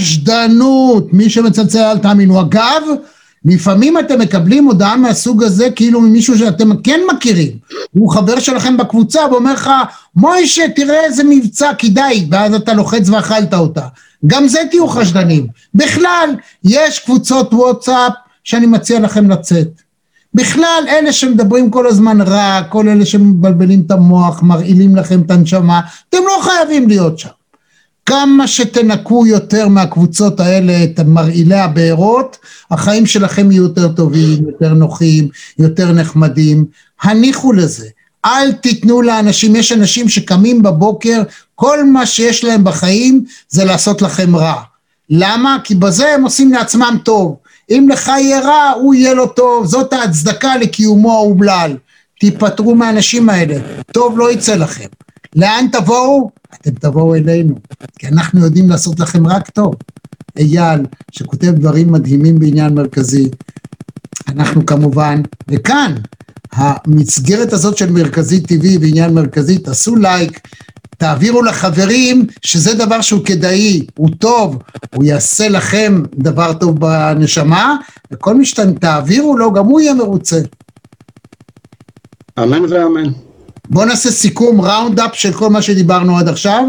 חשדנות, מי שמצלצל אל תאמינו. אגב, לפעמים אתם מקבלים הודעה מהסוג הזה כאילו ממישהו שאתם כן מכירים, הוא חבר שלכם בקבוצה ואומר לך מוישה תראה איזה מבצע כדאי, ואז אתה לוחץ ואכלת אותה. גם זה תהיו חשדנים. בכלל יש קבוצות וואטסאפ שאני מציע לכם לצאת. בכלל אלה שמדברים כל הזמן רע, כל אלה שמבלבלים את המוח, מרעילים לכם את הנשמה, אתם לא חייבים להיות שם. כמה שתנקו יותר מהקבוצות האלה את מרעילי הבארות, החיים שלכם יהיו יותר טובים, יותר נוחים, יותר נחמדים. הניחו לזה. אל תיתנו לאנשים, יש אנשים שקמים בבוקר, כל מה שיש להם בחיים זה לעשות לכם רע. למה? כי בזה הם עושים לעצמם טוב. אם לך יהיה רע, הוא יהיה לו טוב, זאת ההצדקה לקיומו האובלל. תיפטרו מהאנשים האלה, טוב לא יצא לכם. לאן תבואו? אתם תבואו אלינו, כי אנחנו יודעים לעשות לכם רק טוב. אייל, שכותב דברים מדהימים בעניין מרכזי, אנחנו כמובן, וכאן, המסגרת הזאת של מרכזי טבעי בעניין מרכזי, תעשו לייק, תעבירו לחברים שזה דבר שהוא כדאי, הוא טוב, הוא יעשה לכם דבר טוב בנשמה, וכל מי שאתם תעבירו לו, גם הוא יהיה מרוצה. אמן ואמן. בוא נעשה סיכום, ראונד-אפ של כל מה שדיברנו עד עכשיו.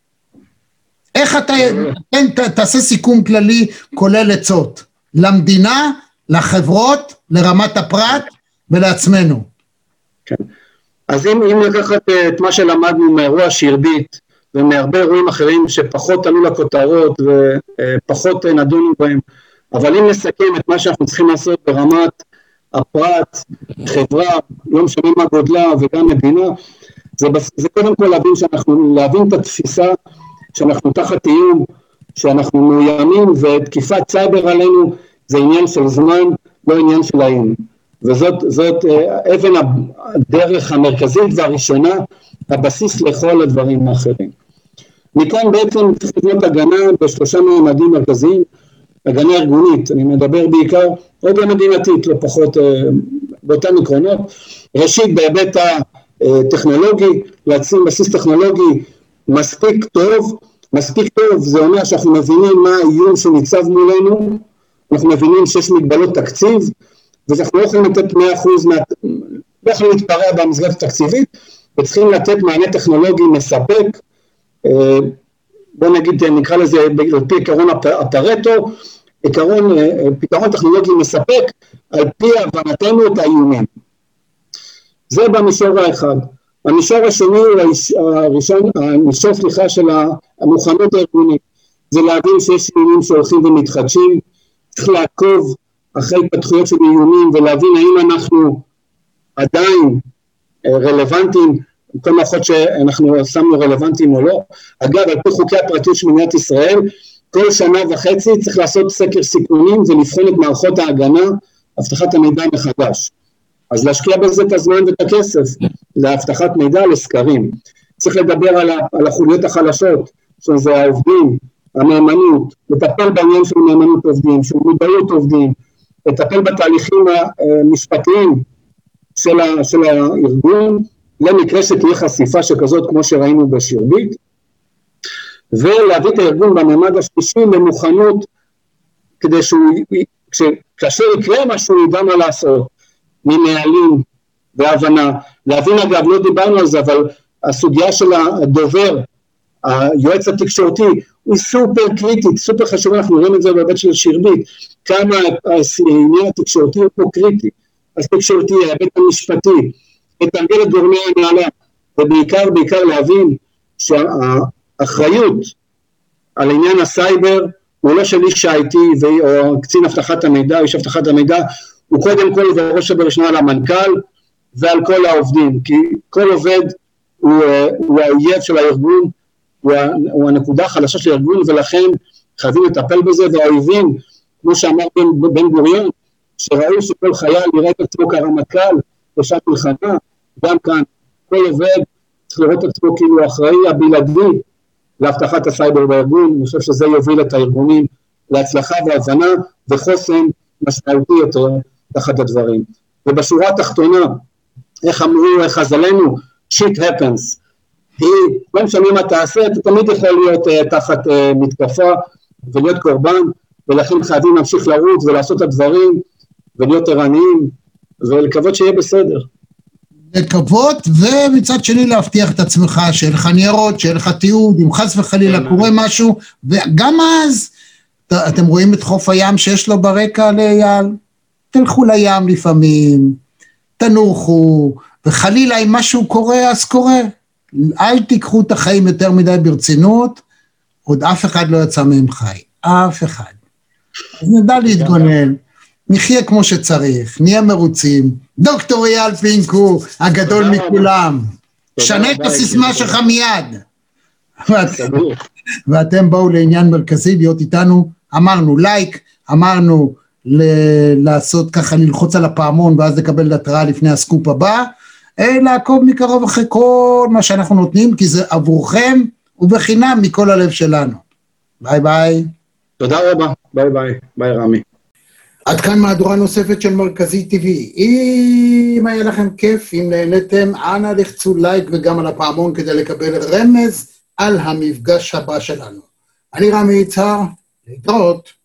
איך אתה, תעשה סיכום כללי, כולל עצות, למדינה, לחברות, לרמת הפרט ולעצמנו. כן. אז אם לקחת את מה שלמדנו מאירוע שירבית, ומהרבה אירועים אחרים שפחות עלו לכותרות ופחות נדונו בהם, אבל אם נסכם את מה שאנחנו צריכים לעשות ברמת הפרט, חברה, לא משנה מה גודלה וגם מדינה, זה קודם כל להבין את התפיסה שאנחנו תחת איום, שאנחנו מאוימים, ותקיפת סייבר עלינו זה עניין של זמן, לא עניין של האם. וזאת אבן הדרך המרכזית והראשונה, הבסיס לכל הדברים האחרים. מכאן בעצם צריך לבנות הגנה בשלושה ממדים מרכזיים, הגנה ארגונית, אני מדבר בעיקר, או גם מדינתית, לא פחות באותן עקרונות. ראשית, בהיבט הטכנולוגי, להציב בסיס טכנולוגי מספיק טוב זה אומר שאנחנו מבינים מה האיום שניצב מולנו, אנחנו מבינים שיש מגבלות תקציב, ואנחנו לא יכולים לתת 100%, לא יכולים להתפרע במסגרת התקציבית, וצריכים לתת מענה טכנולוגי מספק, בוא נגיד, נקרא לזה, על פי עקרון הפרטו, פתרון טכנולוגי מספק, על פי הבנתנו את האיומים. זה במישור האחד. המישור השני, המישור של המוכנות הארגונית, זה להבין שיש איומים שהולכים ומתחדשים, צריך לעקוב אחרי התפתחויות של איומים, ולהבין האם אנחנו עדיין רלוונטיים, כל מערכות שאנחנו שמנו רלוונטיים או לא. אגב, על פי חוקי הפרטיות של מדינת ישראל, כל שנה וחצי צריך לעשות סקר סיכונים, ולבחון את מערכות ההגנה, הבטחת המידע מחדש. אז להשקיע בזה את הזמן ואת הכסף, להבטחת מידע, לסקרים. צריך לדבר על החוליות החלשות, שזה העובדים, המאמנות, לטפל בעניין של מאמנות עובדים, של מודעות עובדים, לטפל בתהליכים המשפטיים של הארגון, למקרה שתהיה חשיפה שכזאת כמו שראינו בשירבית, ולהביא את הארגון בממד השלישי למוכנות, כדי כאשר יקרה משהו ידע מה לעשות, מנהלים והבנה, להבין אגב, לא דיברנו על זה, אבל הסוגיה של הדובר, היועץ התקשורתי, הוא סופר קריטית, סופר חשוב, אנחנו רואים את זה בהיבט של שירבית, כמה העניין התקשורתי הוא פה קריטי, התקשורתי, ההיבט המשפטי, לתרגל את גורמי ההנהלה, ובעיקר להבין שהאחריות על עניין הסייבר, הוא לא של איש IT או קצין הבטחת המידע, איש הבטחת המידע, הוא קודם כל וראש ובראשונה על המנכ"ל ועל כל העובדים, כי כל עובד הוא האויב של הארגון, הוא הנקודה החלשה של הארגון, ולכן חייבים לטפל בזה, והאויבים, כמו שאמר בן גוריון, שראו שכל חייל יראה את עצמו כרמטכ"ל, בשעת מלחמה, גם כאן, כל עובד צריך לראות את עצמו כאילו אחראי הבלעדי להבטחת הסייבר בארגון. אני חושב שזה יוביל את הארגונים להצלחה והבנה וחוסן משמעותי יותר תחת הדברים. ובשורה התחתונה, איך אמרו חז"לינו, shit happens, כי לא משנה מה תעשה, אתה תמיד יכול להיות תחת מתקפה ולהיות קורבן, ולכן חייבים להמשיך לרוץ ולעשות את הדברים ולהיות ערניים ולקוות שיהיה בסדר. לקוות, ומצד שני להבטיח את עצמך, שיהיה לך ניירות, שיהיה לך תיעוד, אם חס וחלילה קורה משהו, וגם אז, אתם רואים את חוף הים שיש לו ברקע לאייל, תלכו לים לפעמים, תנוחו, וחלילה אם משהו קורה, אז קורה. אל תיקחו את החיים יותר מדי ברצינות, עוד אף אחד לא יצא מהם חי, אף אחד. אז נדע להתגונן, נחיה כמו שצריך, נהיה מרוצים. דוקטור אייל פינקו, הגדול מכולם, שנה את הסיסמה שלך מיד. ואתם באו לעניין מרכזי, להיות איתנו, אמרנו לייק, אמרנו לעשות ככה, ללחוץ על הפעמון, ואז לקבל התראה לפני הסקופ הבא, לעקוב מקרוב אחרי כל מה שאנחנו נותנים, כי זה עבורכם ובחינם מכל הלב שלנו. ביי ביי. תודה רבה, ביי ביי, ביי רמי. עד כאן מהדורה נוספת של מרכזי TV. אם היה לכם כיף, אם נהנתם, אנא לחצו לייק וגם על הפעמון כדי לקבל רמז על המפגש הבא שלנו. אני רמי יצהר, להתראות.